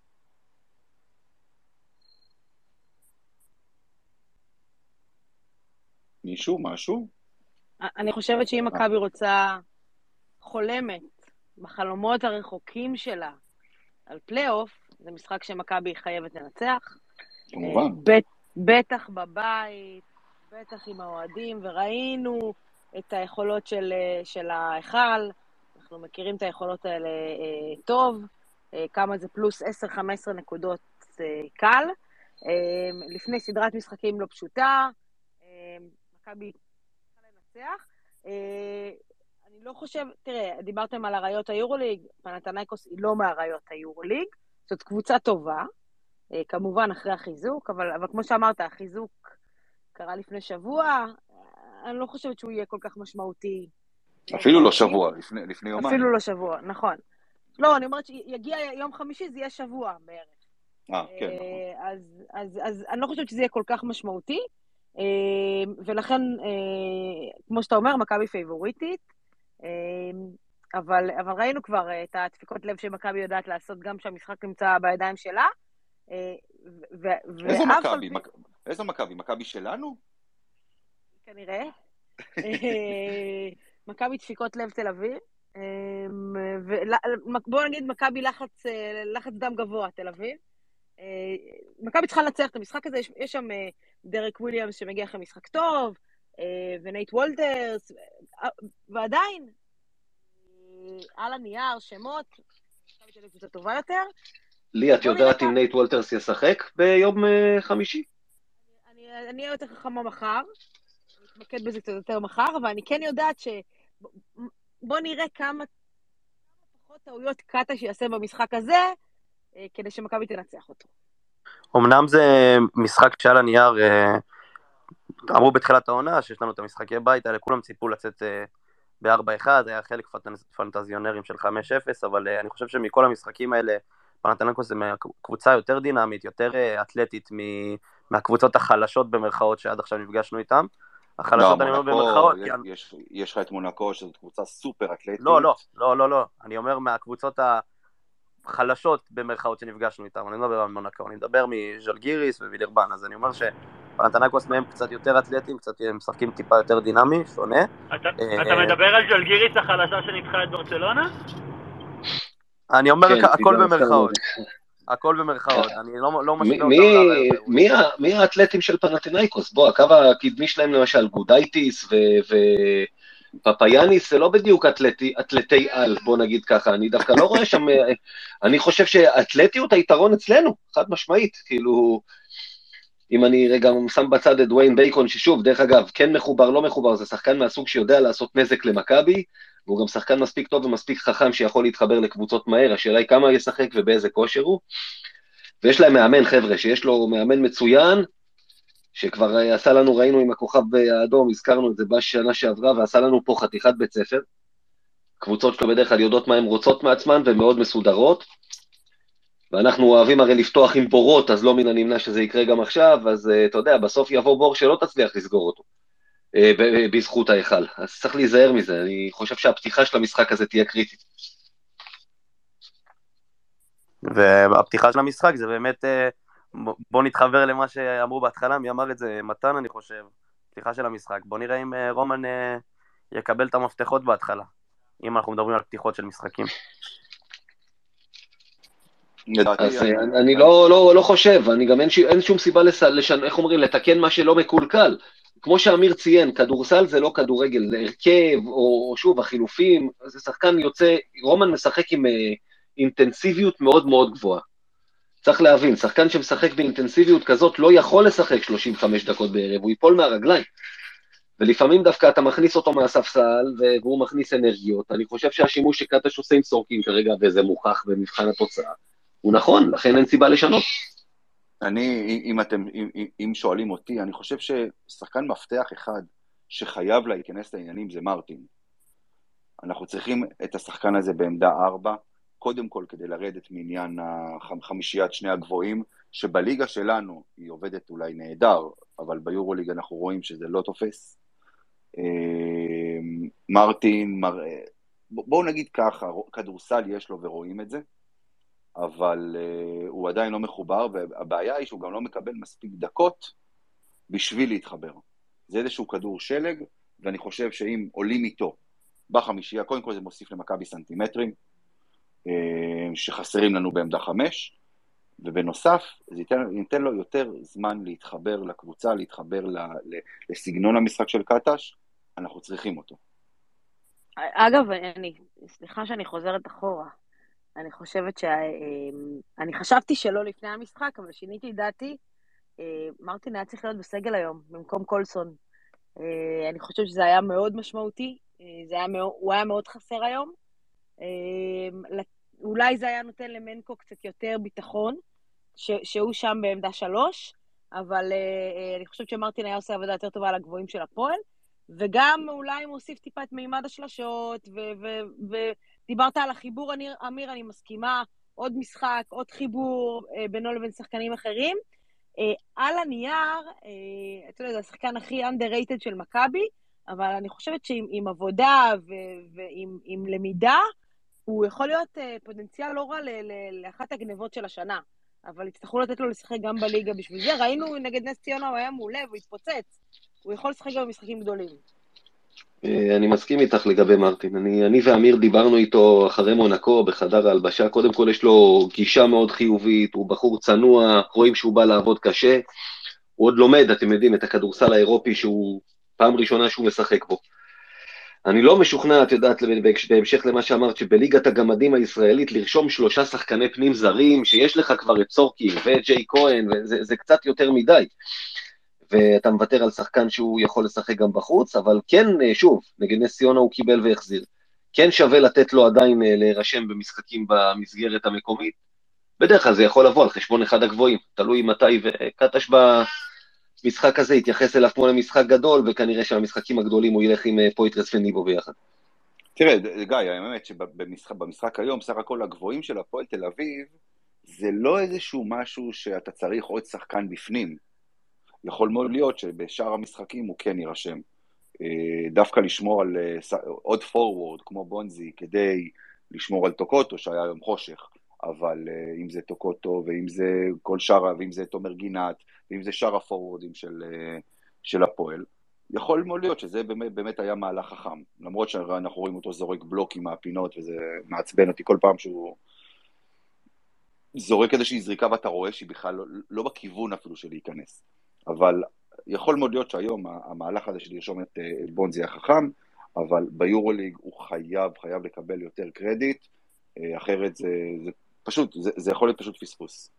מישהו, משהו? אני חושבת שאם מכבי רוצה חולמת, בחלומות הרחוקים שלה על פלייאוף, זה משחק שמכבי חייבת לנצח. כמובן. בטח בבית, בטח עם האוהדים, וראינו את היכולות של ההיכל, אנחנו מכירים את היכולות האלה טוב, כמה זה פלוס 10-15 נקודות קל, לפני סדרת משחקים לא פשוטה, מכבי צריכה לנצח, אני לא חושב, תראה, דיברתם על הראיות היורוליג, פנתנייקוס היא לא מהראיות היורוליג, זאת קבוצה טובה, כמובן אחרי החיזוק, אבל כמו שאמרת, החיזוק קרה לפני שבוע, אני לא חושבת שהוא יהיה כל כך משמעותי. אפילו לא שבוע, לפני יומיים. אפילו לא שבוע, נכון. לא, אני אומרת שיגיע יום חמישי, זה יהיה שבוע בערך. כן, נכון. אז אני לא חושבת שזה יהיה כל כך משמעותי. ולכן, כמו שאתה אומר, מכבי פייבוריטית, אבל ראינו כבר את הדפיקות לב שמכבי יודעת לעשות, גם שהמשחק נמצא בידיים שלה. איזו מכבי? איזו מכבי? מכבי שלנו? כנראה. מכבי דפיקות לב תל אביב. בואו נגיד מכבי לחץ דם גבוה תל אביב. מכבי צריכה לנצח את המשחק הזה, יש שם דרק וויליאמס שמגיע אחרי משחק טוב, ונייט וולטרס, ועדיין, על הנייר, שמות, מכבי תל אביב קבוצה טובה יותר. לי, את יודעת אם נייט וולטרס ישחק ביום חמישי? אני אהיה יותר חכמה מחר, אני אתמקד בזה קצת יותר מחר, אבל אני כן יודעת בוא נראה כמה פחות טעויות קאטה שיעשה במשחק הזה, כדי שמכבי תנצח אותו. אמנם זה משחק שעל הנייר, אמרו בתחילת העונה, שיש לנו את המשחקי בית, האלה כולם ציפו לצאת ב-4-1, היה חלק פנטזיונרים של 5-0, אבל אני חושב שמכל המשחקים האלה, פנתנאיקוס זה קבוצה יותר דינמית, יותר אתלטית מהקבוצות החלשות במרכאות שעד עכשיו נפגשנו איתם. החלשות אני אומר במרכאות. יש לך את מונקו, שזו קבוצה סופר אתלטית. לא, אני אומר מהקבוצות החלשות במרכאות שנפגשנו איתם, אני מדבר על מונקו, אני מדבר מז'לגיריס ווילרבן, אז אני אומר שפנתנאיקוס מהם קצת יותר אתלטים, קצת משחקים טיפה יותר דינמי, שונה. אתה מדבר על ז'לגיריס החלשה שניצחה את ברצלונה? אני אומר הכל במרכאות. הכל במרכאות, אני לא משאיר אותם מי האתלטים של פנתנאיקוס? בוא, הקו הקדמי שלהם למשל, גודייטיס ופפאיאניס, זה לא בדיוק אתלטי על, בוא נגיד ככה, אני דווקא לא רואה שם, אני חושב שאתלטיות היתרון אצלנו, חד משמעית, כאילו, אם אני רגע שם בצד את דוויין בייקון, ששוב, דרך אגב, כן מחובר, לא מחובר, זה שחקן מהסוג שיודע לעשות נזק למכבי, והוא גם שחקן מספיק טוב ומספיק חכם שיכול להתחבר לקבוצות מהר, השאלה היא כמה ישחק ובאיזה כושר הוא, ויש להם מאמן חבר'ה, שיש לו מאמן מצוין, שכבר עשה לנו, ראינו עם הכוכב האדום, הזכרנו את זה בשנה שעברה, ועשה לנו פה חתיכת בית ספר, קבוצות שלו בדרך כלל יודעות מה הן רוצות מעצמן, ומאוד מסודרות, ואנחנו אוהבים הרי לפתוח עם בורות, אז לא מן הנמנע שזה יקרה גם עכשיו, אז אתה יודע, בסוף יבוא בור שלא תצליח לסגור אותו. בזכות ההיכל, אז צריך להיזהר מזה, אני חושב שהפתיחה של המשחק הזה תהיה קריטית. והפתיחה של המשחק זה באמת, בוא נתחבר למה שאמרו בהתחלה, מי אמר את זה? מתן אני חושב, פתיחה של המשחק, בוא נראה אם רומן יקבל את המפתחות בהתחלה, אם אנחנו מדברים על פתיחות של משחקים. אז אני לא חושב, אני גם אין שום סיבה איך אומרים, לתקן מה שלא מקולקל, כמו שאמיר ציין, כדורסל זה לא כדורגל, זה הרכב, או שוב, החילופים, זה שחקן יוצא, רומן משחק עם אינטנסיביות מאוד מאוד גבוהה. צריך להבין, שחקן שמשחק באינטנסיביות כזאת לא יכול לשחק 35 דקות בערב, הוא ייפול מהרגליים. ולפעמים דווקא אתה מכניס אותו מהספסל, והוא מכניס אנרגיות. אני חושב שהשימוש שקטש עושה עם סורקין כרגע, וזה מוכח במבחן התוצאה, הוא נכון, לכן אין סיבה לשנות. אם שואלים אותי, אני חושב ששחקן מפתח אחד שחייב להיכנס לעניינים זה מרטין. אנחנו צריכים את השחקן הזה בעמדה 4, קודם כל כדי לרדת מעניין החמישיית שני הגבוהים, שבליגה שלנו היא עובדת אולי נהדר, אבל ביורוליג אנחנו רואים שזה לא תופס. מרטין, בואו נגיד ככה, כדורסל יש לו ורואים את זה, אבל הוא עדיין לא מחובר, והבעיה היא שהוא גם לא מקבל מספיק דקות בשביל להתחבר. זה איזשהו כדור שלג, ואני חושב שאם עולים איתו בחמישייה, קודם כל זה מוסיף למכבי סנטימטרים, שחסרים לנו בעמדה 5, ובנוסף, זה ייתן לו יותר זמן להתחבר לקבוצה, להתחבר לסגנון המשחק של קטש, אנחנו צריכים אותו. אגב, סליחה שאני חוזרת אחורה, אני חושבת אני חשבתי שלא לפני המשחק, אבל שיניתי דעתי, מרטין היה צריך להיות בסגל היום, במקום קולסון. אני חושבת שזה היה מאוד משמעותי, הוא היה מאוד חסר היום, אולי זה היה נותן למנקו קצת יותר ביטחון, שהוא שם בעמדה 3, אבל אני חושבת שמרטין היה עושה עבודה יותר טובה על הגבוהים של הפועל, וגם אולי מוסיף טיפה את מימד השלשות, ודיברת על החיבור, אמיר, אני מסכימה, עוד משחק, עוד חיבור בינו לבין שחקנים אחרים, על הנייר, אתה יודע, זה השחקן הכי underrated של מכבי, אבל אני חושבת שעם עבודה ועם למידה, הוא יכול להיות פוטנציאל לא רע לאחת הגנבות של השנה, אבל יצטרכו לתת לו לשחק גם בליגה בשביל זה. ראינו נגד נס ציונה, הוא היה מעולה, הוא התפוצץ. הוא יכול לשחק גם במשחקים גדולים. אני מסכים איתך לגבי מרטין. אני ואמיר דיברנו איתו אחרי מונקו בחדר ההלבשה. קודם כל יש לו גישה מאוד חיובית, הוא בחור צנוע, רואים שהוא בא לעבוד קשה. הוא עוד לומד, אתם יודעים, את הכדורסל האירופי שהוא פעם ראשונה שהוא משחק בו. אני לא משוכנע, את יודעת, בהמשך למה שאמרת, שבליגת הגמדים הישראלית לרשום 3 שחקני פנים זרים, שיש לך כבר את צורקי וג'יי כהן, וזה קצת יותר מדי. ואתה מוותר על שחקן שהוא יכול לשחק גם בחוץ, אבל כן, שוב, נגד נס ציונה הוא קיבל והחזיר. כן שווה לתת לו עדיין להירשם במשחקים במסגרת המקומית. בדרך כלל זה יכול לבוא על חשבון אחד הגבוהים, תלוי מתי, וקטש במשחק הזה יתייחס אליו כמו למשחק גדול, וכנראה שהמשחקים הגדולים הוא ילך עם פויטרס וניבו ביחד. תראה, גיא, האמת שבמשחק היום, סך הכל הגבוהים של הפועל תל אביב, זה לא איזשהו משהו שאתה צריך עוד שחקן בפנים. יכול מאוד להיות שבשאר המשחקים הוא כן יירשם. דווקא לשמור על עוד פורוורד כמו בונזי, כדי לשמור על טוקוטו שהיה היום חושך, אבל אם זה טוקוטו, ואם זה כל שאר, ואם זה תומר גינת, ואם זה שאר הפורוורדים של הפועל, יכול מאוד להיות שזה באמת היה מהלך חכם, למרות שאנחנו רואים אותו זורק בלוקים מהפינות, וזה מעצבן אותי כל פעם שהוא זורק איזושהי זריקה, ואתה רואה שהיא בכלל לא בכיוון אפילו של להיכנס. אבל יכול מאוד להיות שהיום המהלך הזה של לרשום את בונזי החכם, אבל ביורוליג הוא חייב לקבל יותר קרדיט, אחרת זה פשוט, זה יכול להיות פשוט פספוס.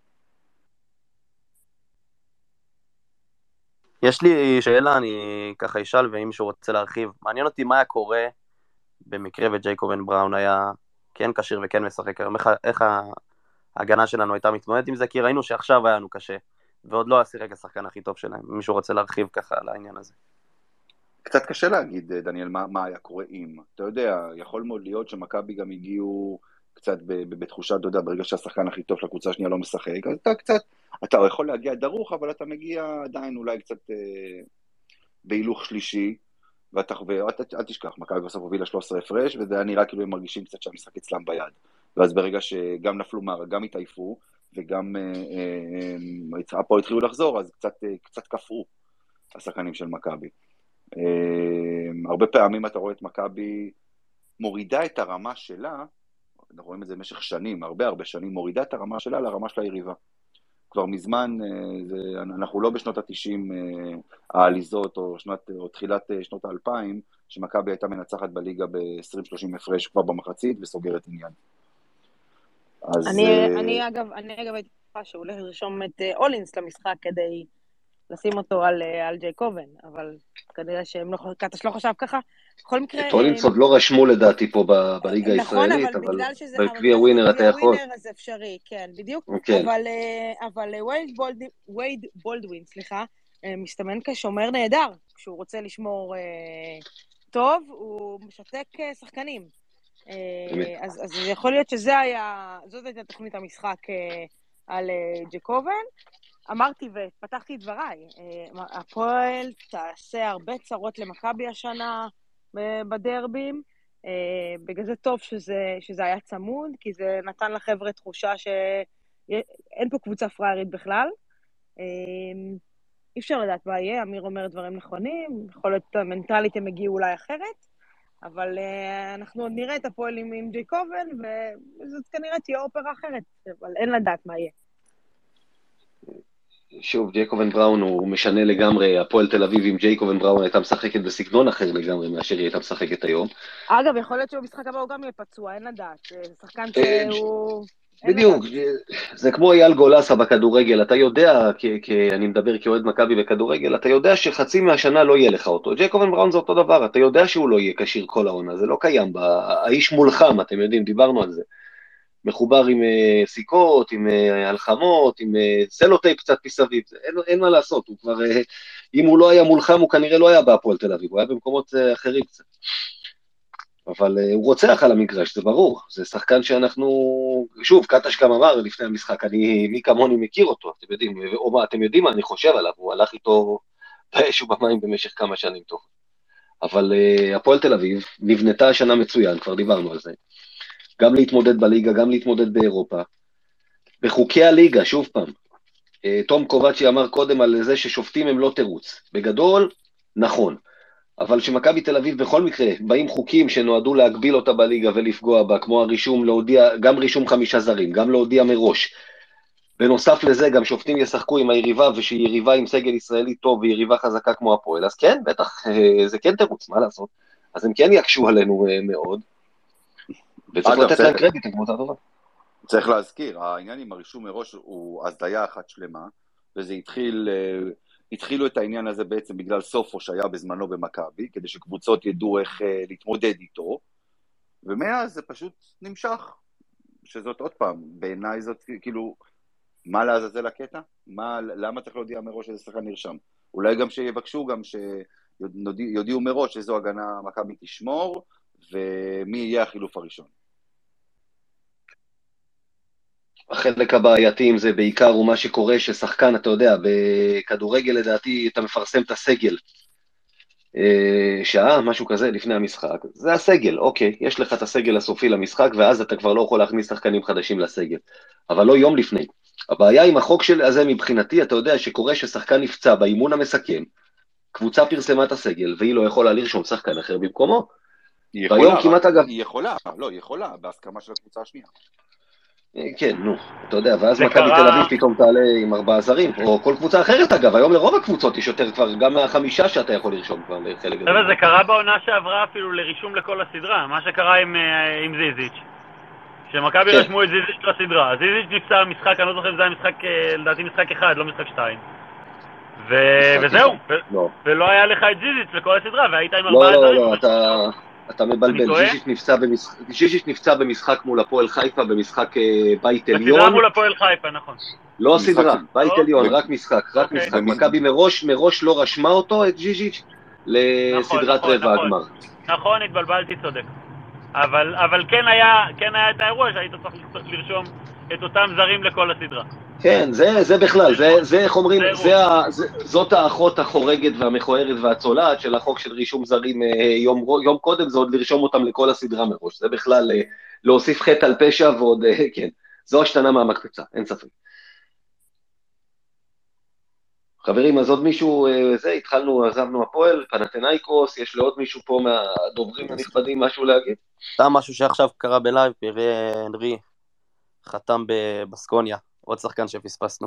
יש לי שאלה, אני ככה אשאל, ואם מישהו רוצה להרחיב, מעניין אותי מה היה קורה במקרה וג'ייקובן בראון היה כן קשיר וכן משחק היום, איך ההגנה שלנו הייתה מתמודדת עם זה, כי ראינו שעכשיו היה לנו קשה, ועוד לא הסירק השחקן הכי טוב שלהם. מישהו רוצה להרחיב ככה על העניין הזה? קצת קשה להגיד, דניאל, מה היה קורה אם. אתה יודע, יכול מאוד להיות שמכבי גם הגיעו קצת בתחושה, אתה יודע, ברגע שהשחקן הכי טוב של הקבוצה השנייה לא משחק, אז אתה יכול להגיע דרוך, אבל אתה מגיע עדיין אולי קצת בהילוך שלישי, ואל תשכח, מכבי בסוף הובילה 13 הפרש, וזה היה נראה כאילו הם מרגישים קצת שהמשחק אצלם ביד. ואז ברגע שגם נפלו גם התעייפו, וגם פה התחילו לחזור, אז קצת קפאו השחקנים של מכבי. הרבה פעמים אתה רואה את מכבי מורידה את הרמה שלה, אנחנו רואים את זה במשך שנים, הרבה שנים, מורידה את הרמה שלה לרמה של היריבה. כבר מזמן, אנחנו לא בשנות ה-90 העליזות, או תחילת שנות ה-2000, שמכבי הייתה מנצחת בליגה ב-20-30 הפרש כבר במחצית, וסוגרת עניין. אני אגב הייתי חושב שהולך לרשום את אולינס למשחק כדי לשים אותו על ג'ייקובן, אבל כנראה קטש לא חשב ככה. בכל מקרה... את אולינס עוד לא רשמו לדעתי פה בליגה הישראלית, אבל בגביע ווינר אתה יכול. אז אפשרי, כן, בדיוק. אבל וייד בולדווין, סליחה, מסתמן כשומר נהדר, כשהוא רוצה לשמור טוב, הוא משתק שחקנים. אז יכול להיות זאת הייתה תוכנית המשחק על ג'ייקובן. אמרתי ופתחתי את דבריי, הפועל תעשה הרבה צרות למכבי השנה בדרבים, בגלל זה טוב שזה היה צמוד, כי זה נתן לחבר'ה תחושה שאין פה קבוצה פריירית בכלל. אי אפשר לדעת מה יהיה, אמיר אומר דברים נכונים, יכול להיות מנטלית הם הגיעו אולי אחרת, אבל אנחנו עוד נראה את הפועל עם ג'ייקובן, וזאת כנראה תהיה אופרה אחרת, אבל אין לדעת מה יהיה. שוב, ג'ייקובן בראון הוא משנה לגמרי, הפועל תל אביב עם ג'ייקובן בראון הייתה משחקת בסגנון אחר לגמרי מאשר היא הייתה משחקת היום. אגב, יכול להיות שבמשחק הבא הוא גם יהיה פצוע, אין לדעת, שחקן שהוא... בדיוק, זה כמו אייל גולסה בכדורגל, אתה יודע, אני מדבר כאוהד מכבי בכדורגל, אתה יודע שחצי מהשנה לא יהיה לך אותו, ג'ייקובן בראון זה אותו דבר, אתה יודע שהוא לא יהיה כשיר כל העונה, זה לא קיים, האיש מולחם, אתם יודעים, דיברנו על זה. מחובר עם סיכות, עם הלחמות, עם סלוטייפ קצת מסביב, אין מה לעשות, הוא כבר, אם הוא לא היה מולחם, הוא כנראה לא היה בהפועל תל אביב, הוא היה במקומות אחרים קצת. אבל הוא רוצח על המגרש, זה ברור. זה שחקן שאנחנו... שוב, קטש גם אמר לפני המשחק, מי כמוני מכיר אותו, אתם יודעים, או מה, אתם יודעים מה אני חושב עליו, הוא הלך איתו באש ובמים במשך כמה שנים טוב. אבל הפועל תל אביב נבנתה השנה מצוין, כבר דיברנו על זה. גם להתמודד בליגה, גם להתמודד באירופה. בחוקי הליגה, שוב פעם, תום קובצ'י אמר קודם על זה ששופטים הם לא תירוץ. בגדול, נכון. אבל שמכבי תל אביב בכל מקרה, באים חוקים שנועדו להגביל אותה בליגה ולפגוע בה, כמו הרישום להודיע, גם רישום 5 זרים, גם להודיע מראש. בנוסף לזה, גם שופטים ישחקו עם היריבה, ושהיא יריבה עם סגל ישראלי טוב, ויריבה חזקה כמו הפועל. אז כן, בטח, זה כן תירוץ, מה לעשות? אז הם כן יקשו עלינו מאוד, וצריך לתת להם קרדיט, הם קבוצה טובה. צריך להזכיר, העניין עם הרישום מראש הוא הזדיה אחת שלמה, וזה התחילו את העניין הזה בעצם בגלל סופו שהיה בזמנו במכבי, כדי שקבוצות ידעו איך להתמודד איתו, ומאז זה פשוט נמשך, שזאת עוד פעם, בעיניי זאת כאילו, מה לעזאזל הקטע? למה צריך להודיע מראש שזה שחקן נרשם? אולי גם שיבקשו גם שיודיעו מראש שזו הגנה מכבי תשמור, ומי יהיה החילוף הראשון. החלק הבעייתי עם זה בעיקר הוא מה שקורה ששחקן, אתה יודע, בכדורגל לדעתי אתה מפרסם את הסגל, שעה, משהו כזה לפני המשחק, זה הסגל, אוקיי, יש לך את הסגל הסופי למשחק, ואז אתה כבר לא יכול להכניס שחקנים חדשים לסגל, אבל לא יום לפני. הבעיה עם החוק הזה מבחינתי, אתה יודע שקורה ששחקן נפצע באימון המסכם, קבוצה פרסמה את הסגל, והיא לא יכולה לרשום שחקן אחר במקומו. היא יכולה, בהסכמה של הקבוצה השנייה. כן, נו, אתה יודע, ואז מכבי תל אביב פתאום תעלה עם 4 זרים, או כל קבוצה אחרת אגב, היום לרוב הקבוצות יש יותר כבר, גם מה5 שאתה יכול לרשום כבר לחלק. אבל זה קרה בעונה שעברה אפילו לרישום לכל הסדרה, מה שקרה עם זיזיץ', שמכבי רשמו את זיזיץ' לסדרה, זיזיץ' נפצע משחק, אני לא זוכר אם זה היה משחק, לדעתי משחק 1, לא משחק 2, וזהו, ולא היה לך את זיזיץ' לכל הסדרה, והיית עם 4 זרים. לא, אתה מבלבל, ז'יז'יץ' נפצע במשחק מול הפועל חיפה, במשחק בית עליון. בסדרה מול הפועל חיפה, נכון. לא סדרה, בית עליון, רק משחק. מכבי מראש לא רשמה אותו, את ז'יז'יץ', לסדרת רבע הגמר. נכון, התבלבלתי, צודק. אבל כן היה את האירוע שהיית צריך לרשום את אותם זרים לכל הסדרה. כן, זה בכלל, זה איך אומרים, זאת האחות החורגת והמכוערת והצולעת של החוק של רישום זרים יום קודם, זה עוד לרשום אותם לכל הסדרה מראש, זה בכלל להוסיף חטא על פשע ועוד, כן, זו השתנה מהמקפצה, אין ספק. חברים, אז עוד מישהו, התחלנו, עזבנו הפועל, פנתנייקוס, יש לעוד מישהו פה מהדוברים הנכבדים משהו להגיד? סתם משהו שעכשיו קרה בלייב, פירי אנרי חתם בבסקוניה. עוד שחקן שפספסנו.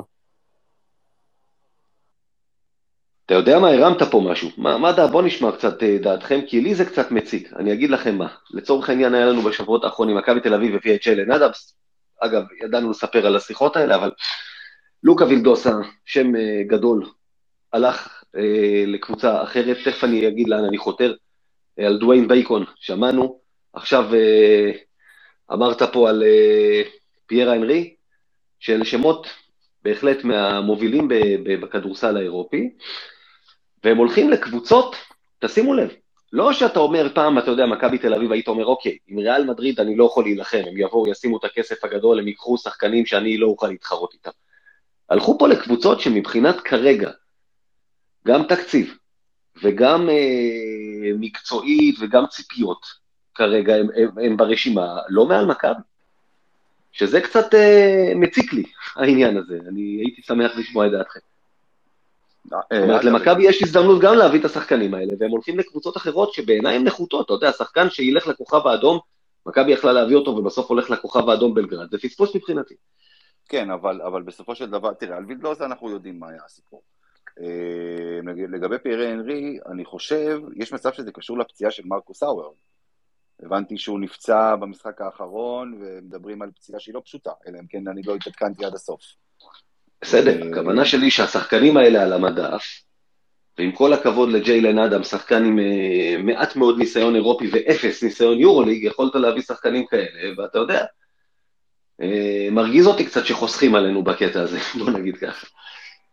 אתה יודע מה, הרמת פה משהו. בוא נשמע קצת דעתכם, כי לי זה קצת מציג. אני אגיד לכם מה. לצורך העניין היה לנו בשבועות האחרונים, מכבי תל אביב הביאה את ג'יילן אדמס. אגב, ידענו לספר על השיחות האלה, אבל לוקה וילדוסה, שם גדול, הלך לקבוצה אחרת. תכף אני אגיד לאן אני חותר. על דוויין בייקון, שמענו. עכשיו אמרת פה על פייר אנרי, של שמות בהחלט מהמובילים בכדורסל האירופי, והם הולכים לקבוצות, תשימו לב, לא שאתה אומר פעם, אתה יודע, מכבי תל אביב, היית אומר, אוקיי, עם ריאל מדריד אני לא יכול להילחם, הם יבואו, ישימו את הכסף הגדול, הם ייקחו שחקנים שאני לא אוכל להתחרות איתם. הלכו פה לקבוצות שמבחינת כרגע, גם תקציב, וגם מקצועית, וגם ציפיות, כרגע הם ברשימה, לא מעל מכבי. שזה קצת מציק לי, העניין הזה. אני הייתי שמח לשמוע את דעתכם. זאת אומרת, למכבי יש הזדמנות גם להביא את השחקנים האלה, והם הולכים לקבוצות אחרות שבעיניי הם נחותות. אתה יודע, השחקן שילך לכוכב האדום, מכבי יכלה להביא אותו, ובסוף הולך לכוכב האדום בלגרד. זה פספוס מבחינתי. כן, אבל בסופו של דבר, תראה, על וילדוסה אנחנו יודעים מה היה הסיפור. לגבי פייר אנרי, אני חושב, יש מצב שזה קשור לפציעה של מרקוס האוורד. הבנתי שהוא נפצע במשחק האחרון, ומדברים על פציעה שהיא לא פשוטה, אלא אם כן אני לא התעדכנתי עד הסוף. בסדר, הכוונה שלי שהשחקנים האלה על המדף, ועם כל הכבוד לג'יילן אדם, שחקן עם מעט מאוד ניסיון אירופי ואפס ניסיון יורוליג, יכולת להביא שחקנים כאלה, ואתה יודע, מרגיז אותי קצת שחוסכים עלינו בקטע הזה, בוא נגיד ככה.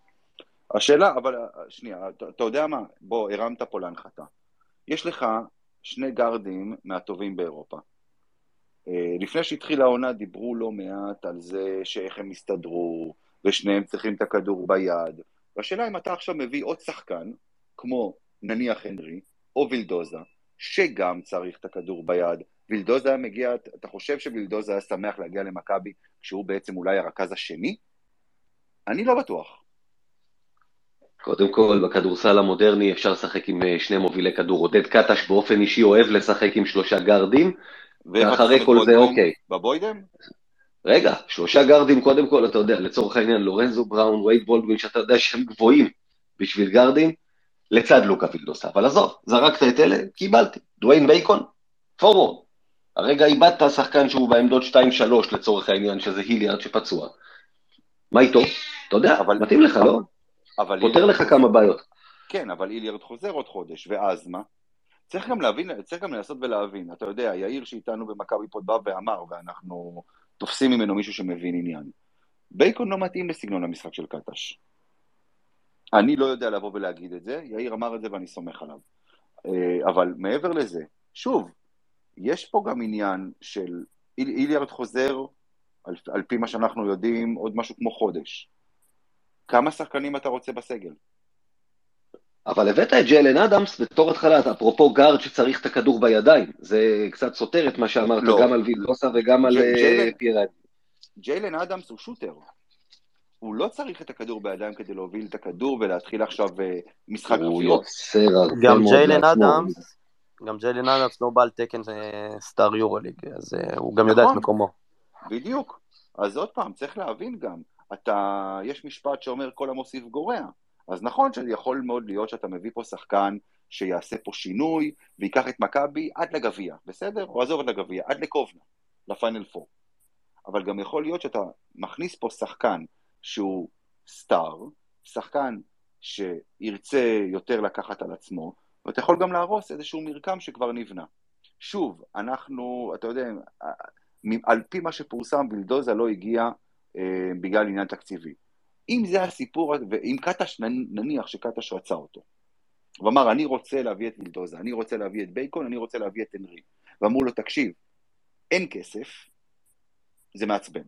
השאלה, אבל שנייה, אתה יודע מה? בוא, הרמת פה להנחתה. יש לך שני גארדים מהטובים באירופה. לפני שהתחילה העונה דיברו לא מעט על זה שאיך הם הסתדרו, ושניהם צריכים את הכדור ביד. והשאלה אם אתה עכשיו מביא עוד שחקן, כמו נניח הנרי, או וילדוזה, שגם צריך את הכדור ביד. וילדוזה היה מגיע, אתה חושב שווילדוזה היה שמח להגיע למכבי, כשהוא בעצם אולי הרכז השני? אני לא בטוח. קודם כל, בכדורסל המודרני אפשר לשחק עם שני מובילי כדור. עודד קטש באופן אישי אוהב לשחק עם 3 גארדים, ואחרי כל זה אוקיי. בבוידם? רגע, 3 גארדים קודם כל, אתה יודע, לצורך העניין, לורנזו בראון, וייד בולדווין, שאתה יודע שהם גבוהים בשביל גארדים, לצד לוקה וילדוס. אבל עזוב, זרקת את אלה, קיבלתי. דוויין בייקון, פורוורד. הרגע איבדת שחקן שהוא בעמדות 2-3 לצורך העניין, שזה היליארד שפצוע. מה איתו? אתה יודע, מתאים לך, לא? פותר לך כמה בעיות. כן, אבל היליארד חוזר עוד חודש, ואז מה? צריך גם להבין, צריך גם לנסות ולהבין. אתה יודע, יאיר שאיתנו במכבי פה בא ואמר, ואנחנו תופסים ממנו מישהו שמבין עניין. בייקון לא מתאים לסגנון המשחק של קטש. אני לא יודע לבוא ולהגיד את זה, יאיר אמר את זה ואני סומך עליו. אבל מעבר לזה, שוב, יש פה גם עניין של היליארד חוזר, על פי מה שאנחנו יודעים, עוד משהו כמו חודש. כמה שחקנים אתה רוצה בסגל? אבל הבאת את ג'יילן אדמס בתור התחלת, אפרופו גארד שצריך את הכדור בידיים. זה קצת סותר את מה שאמרת, לא. גם על וילדוסה וגם על פירד. ג'יילן אדמס הוא שוטר. הוא לא צריך את הכדור בידיים כדי להוביל את הכדור ולהתחיל עכשיו משחק גביעות. גם ג'יילן אדמס לא בעל תקן סטאר יורוליג, אז הוא גם יודע את מקומו. בדיוק. אז עוד פעם, צריך להבין גם, יש משפט שאומר כל המוסיף גורע. אז נכון שיכול מאוד להיות שאתה מביא פה שחקן שיעשה פה שינוי, ויקח את מכבי עד לגביע, בסדר? או עזוב עד לגביע, עד לקובנה, לפיינל 4. אבל גם יכול להיות שאתה מכניס פה שחקן שהוא סטאר, שחקן שירצה יותר לקחת על עצמו, ואתה יכול גם להרוס איזשהו מרקם שכבר נבנה. שוב, אנחנו, אתה יודע, על פי מה שפורסם, וילדוזה לא הגיע בגלל עניין תקציבי. אם זה הסיפור, ואם קטש, נניח שקטש רצה אותו, ואמר, אני רוצה להביא את וילדוזה, אני רוצה להביא את בייקון, אני רוצה להביא את הנרי, ואמרו לו, תקשיב, אין כסף, זה מעצבן.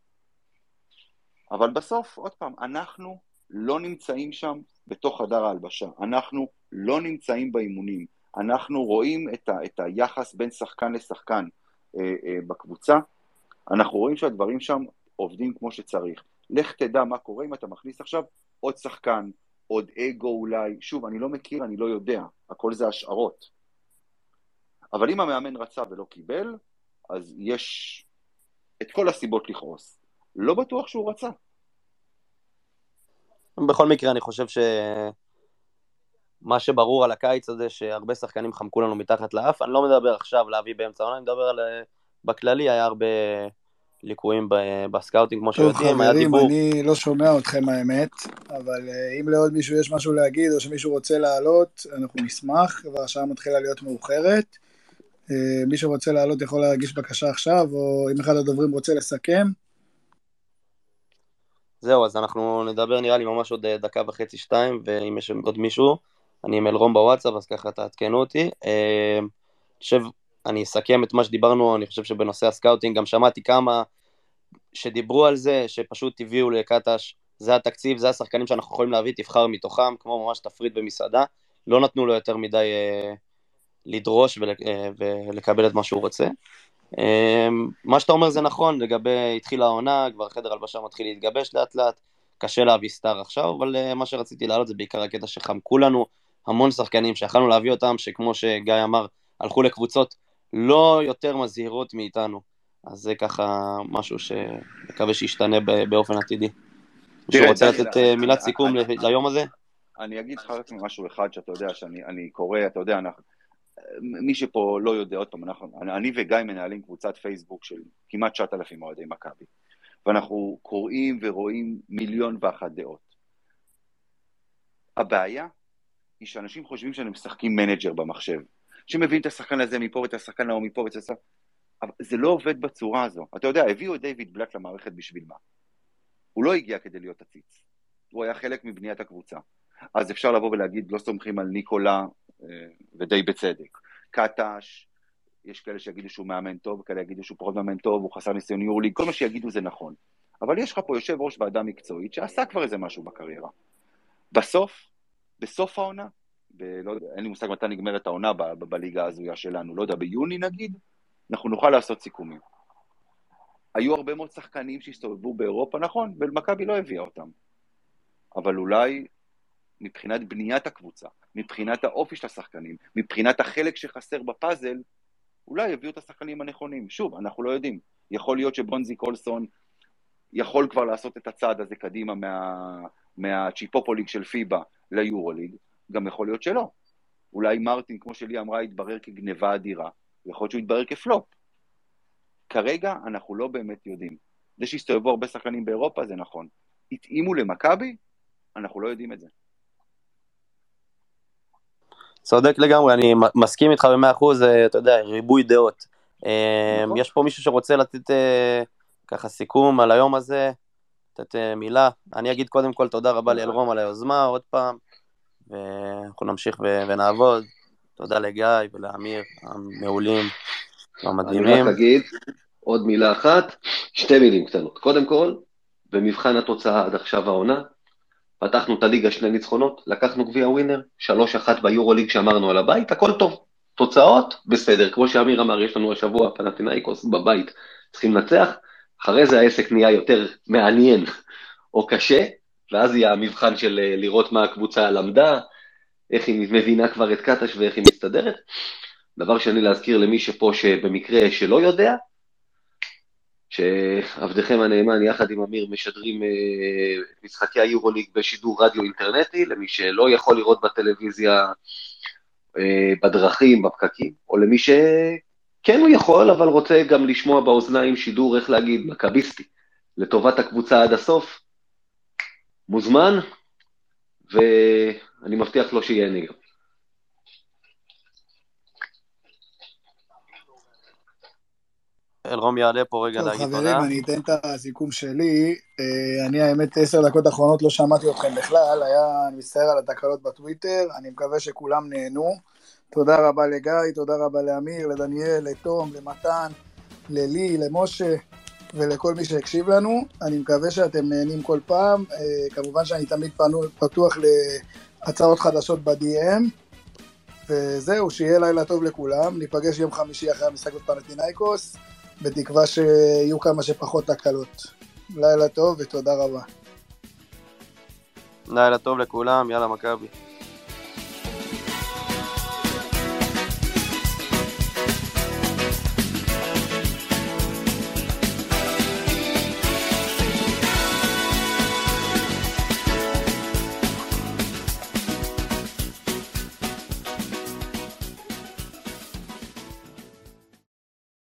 אבל בסוף, עוד פעם, אנחנו לא נמצאים שם בתוך חדר ההלבשה, אנחנו לא נמצאים באימונים, אנחנו רואים את היחס בין שחקן לשחקן בקבוצה, אנחנו רואים שהדברים שם עובדים כמו שצריך. לך תדע מה קורה אם אתה מכניס עכשיו עוד שחקן, עוד אגו אולי, שוב, אני לא מכיר, אני לא יודע, הכל זה השערות. אבל אם המאמן רצה ולא קיבל, אז יש את כל הסיבות לכעוס. לא בטוח שהוא רצה. בכל מקרה, אני חושב מה שברור על הקיץ הזה, שהרבה שחקנים חמקו לנו מתחת לאף, אני לא מדבר עכשיו להביא באמצע העונה, אני מדבר על בכללי, היה הרבה ליקויים בסקאוטינג, כמו שיודעים. טוב חברים, אני לא שומע אתכם האמת, אבל אם לעוד מישהו יש משהו להגיד, או שמישהו רוצה לעלות, אנחנו נשמח, והשעה מתחילה להיות מאוחרת. מי שרוצה לעלות יכול להגיש בקשה עכשיו, או אם אחד הדוברים רוצה לסכם. זהו, אז אנחנו נדבר נראה לי ממש עוד דקה וחצי, 2, ואם יש עוד מישהו, אני עם אלרום בוואטסאפ, אז ככה תעדכנו אותי. אני אסכם את מה שדיברנו, אני חושב שבנושא הסקאוטינג, גם שמעתי כמה שדיברו על זה, שפשוט הביאו לקטש, זה התקציב, זה השחקנים שאנחנו יכולים להביא, תבחר מתוכם, כמו ממש תפריד במסעדה, לא נתנו לו יותר מדי לדרוש ולקבל את מה שהוא רוצה. מה שאתה אומר זה נכון, לגבי התחילה העונה, כבר חדר הלבשה מתחיל להתגבש לאט לאט, קשה להביא סטאר עכשיו, אבל מה שרציתי להעלות זה בעיקר הקטע שחמקו לנו המון שחקנים שיכלנו להביא אותם, שכמו שגיא אמר, הלכו לקבוצות לא יותר מזהירות מאיתנו, אז זה ככה משהו שמקווה שישתנה באופן עתידי. מישהו רוצה לתת מילת סיכום ליום הזה? אני אגיד לך רק משהו אחד שאתה יודע, שאני קורא, אתה יודע, מי שפה לא יודע, עוד פעם, אני וגיא מנהלים קבוצת פייסבוק של כמעט 9,000 אוהדי מכבי, ואנחנו קוראים ורואים 1,000,001 דעות. הבעיה היא שאנשים חושבים שהם משחקים מנג'ר במחשב, שמבין את השחקן הזה מפה ואת השחקן ההוא מפה ואת השחקן, אבל זה לא עובד בצורה הזו. אתה יודע, הביאו את דיוויד בלק למערכת בשביל מה? הוא לא הגיע כדי להיות עציץ, הוא היה חלק מבניית הקבוצה. אז אפשר לבוא ולהגיד, לא סומכים על ניקולה, ודי בצדק. קטש, יש כאלה שיגידו שהוא מאמן טוב, כאלה יגידו שהוא פחות מאמן טוב, הוא חסר ניסיון יורליג, כל מה שיגידו זה נכון. אבל יש לך פה יושב ראש ועדה מקצועית שעשה כבר איזה משהו בקריירה. בסוף העונה, אין לי מושג מתי נגמרת העונה בליגה הזויה שלנו, לא יודע, ביוני נגיד, אנחנו נוכל לעשות סיכומים. היו הרבה מאוד שחקנים שהסתובבו באירופה, נכון, ומכבי לא הביאה אותם. אבל אולי מבחינת בניית הקבוצה, מבחינת האופי של השחקנים, מבחינת החלק שחסר בפאזל, אולי הביאו את השחקנים הנכונים. שוב, אנחנו לא יודעים. יכול להיות שבונזי קולסון יכול כבר לעשות את הצעד הזה קדימה מהצ'יפופוליג של פיבה ליורוליג, גם יכול להיות שלא. אולי מרטין, כמו שלי אמרה, יתברר כגניבה אדירה, יכול להיות שהוא יתברר כפלופ. כרגע אנחנו לא באמת יודעים. זה שהסתובבו הרבה שחקנים באירופה זה נכון. התאימו למכבי, אנחנו לא יודעים את זה. צודק לגמרי, אני מסכים איתך ב100%, אתה יודע, ריבוי דעות. יש פה מישהו שרוצה לתת ככה סיכום על היום הזה, לתת מילה. אני אגיד קודם כל תודה רבה לאלרום על היוזמה, עוד פעם, ואנחנו נמשיך ונעבוד. תודה לגיא ולאמיר, המעולים, המדהימים. אני רק אגיד עוד מילה אחת, 2 מילים קטנות. קודם כל, במבחן התוצאה עד עכשיו העונה, פתחנו את הליגה 2 ניצחונות, לקחנו גביע ווינר, 3-1 ביורוליג שאמרנו על הבית, הכל טוב. תוצאות, בסדר, כמו שאמיר אמר, יש לנו השבוע פנתינייקוס בבית, צריכים לנצח, אחרי זה העסק נהיה יותר מעניין או קשה, ואז יהיה המבחן של לראות מה הקבוצה למדה, איך היא מבינה כבר את קטש ואיך היא מסתדרת. דבר שני להזכיר למי שפה שבמקרה שלא יודע, שעבדכם הנאמן יחד עם אמיר משדרים משחקי היורוליג בשידור רדיו אינטרנטי, למי שלא יכול לראות בטלוויזיה בדרכים, בפקקים, או למי שכן הוא יכול, אבל רוצה גם לשמוע באוזניים שידור, איך להגיד, מכביסטי, לטובת הקבוצה עד הסוף, מוזמן, ואני מבטיח לו שיהיה נגע. אלרום יעלה פה רגע להגיד תודה. חברים, אני אתן את הסיכום שלי. אני האמת 10 דקות האחרונות לא שמעתי אתכם בכלל, אני מצטער על התקלות בטוויטר, אני מקווה שכולם נהנו. תודה רבה לגיא, תודה רבה לאמיר, לדניאל, לתום, למתן, ללי, למשה ולכל מי שהקשיב לנו. אני מקווה שאתם נהנים כל פעם, כמובן שאני תמיד פתוח להצעות חדשות ב-DM, וזהו, שיהיה לילה טוב לכולם. ניפגש יום חמישי אחרי המשחק בפנתינייקוס, בתקווה שיהיו כמה שפחות תקלות. לילה טוב ותודה רבה. לילה טוב לכולם, יאללה מכבי.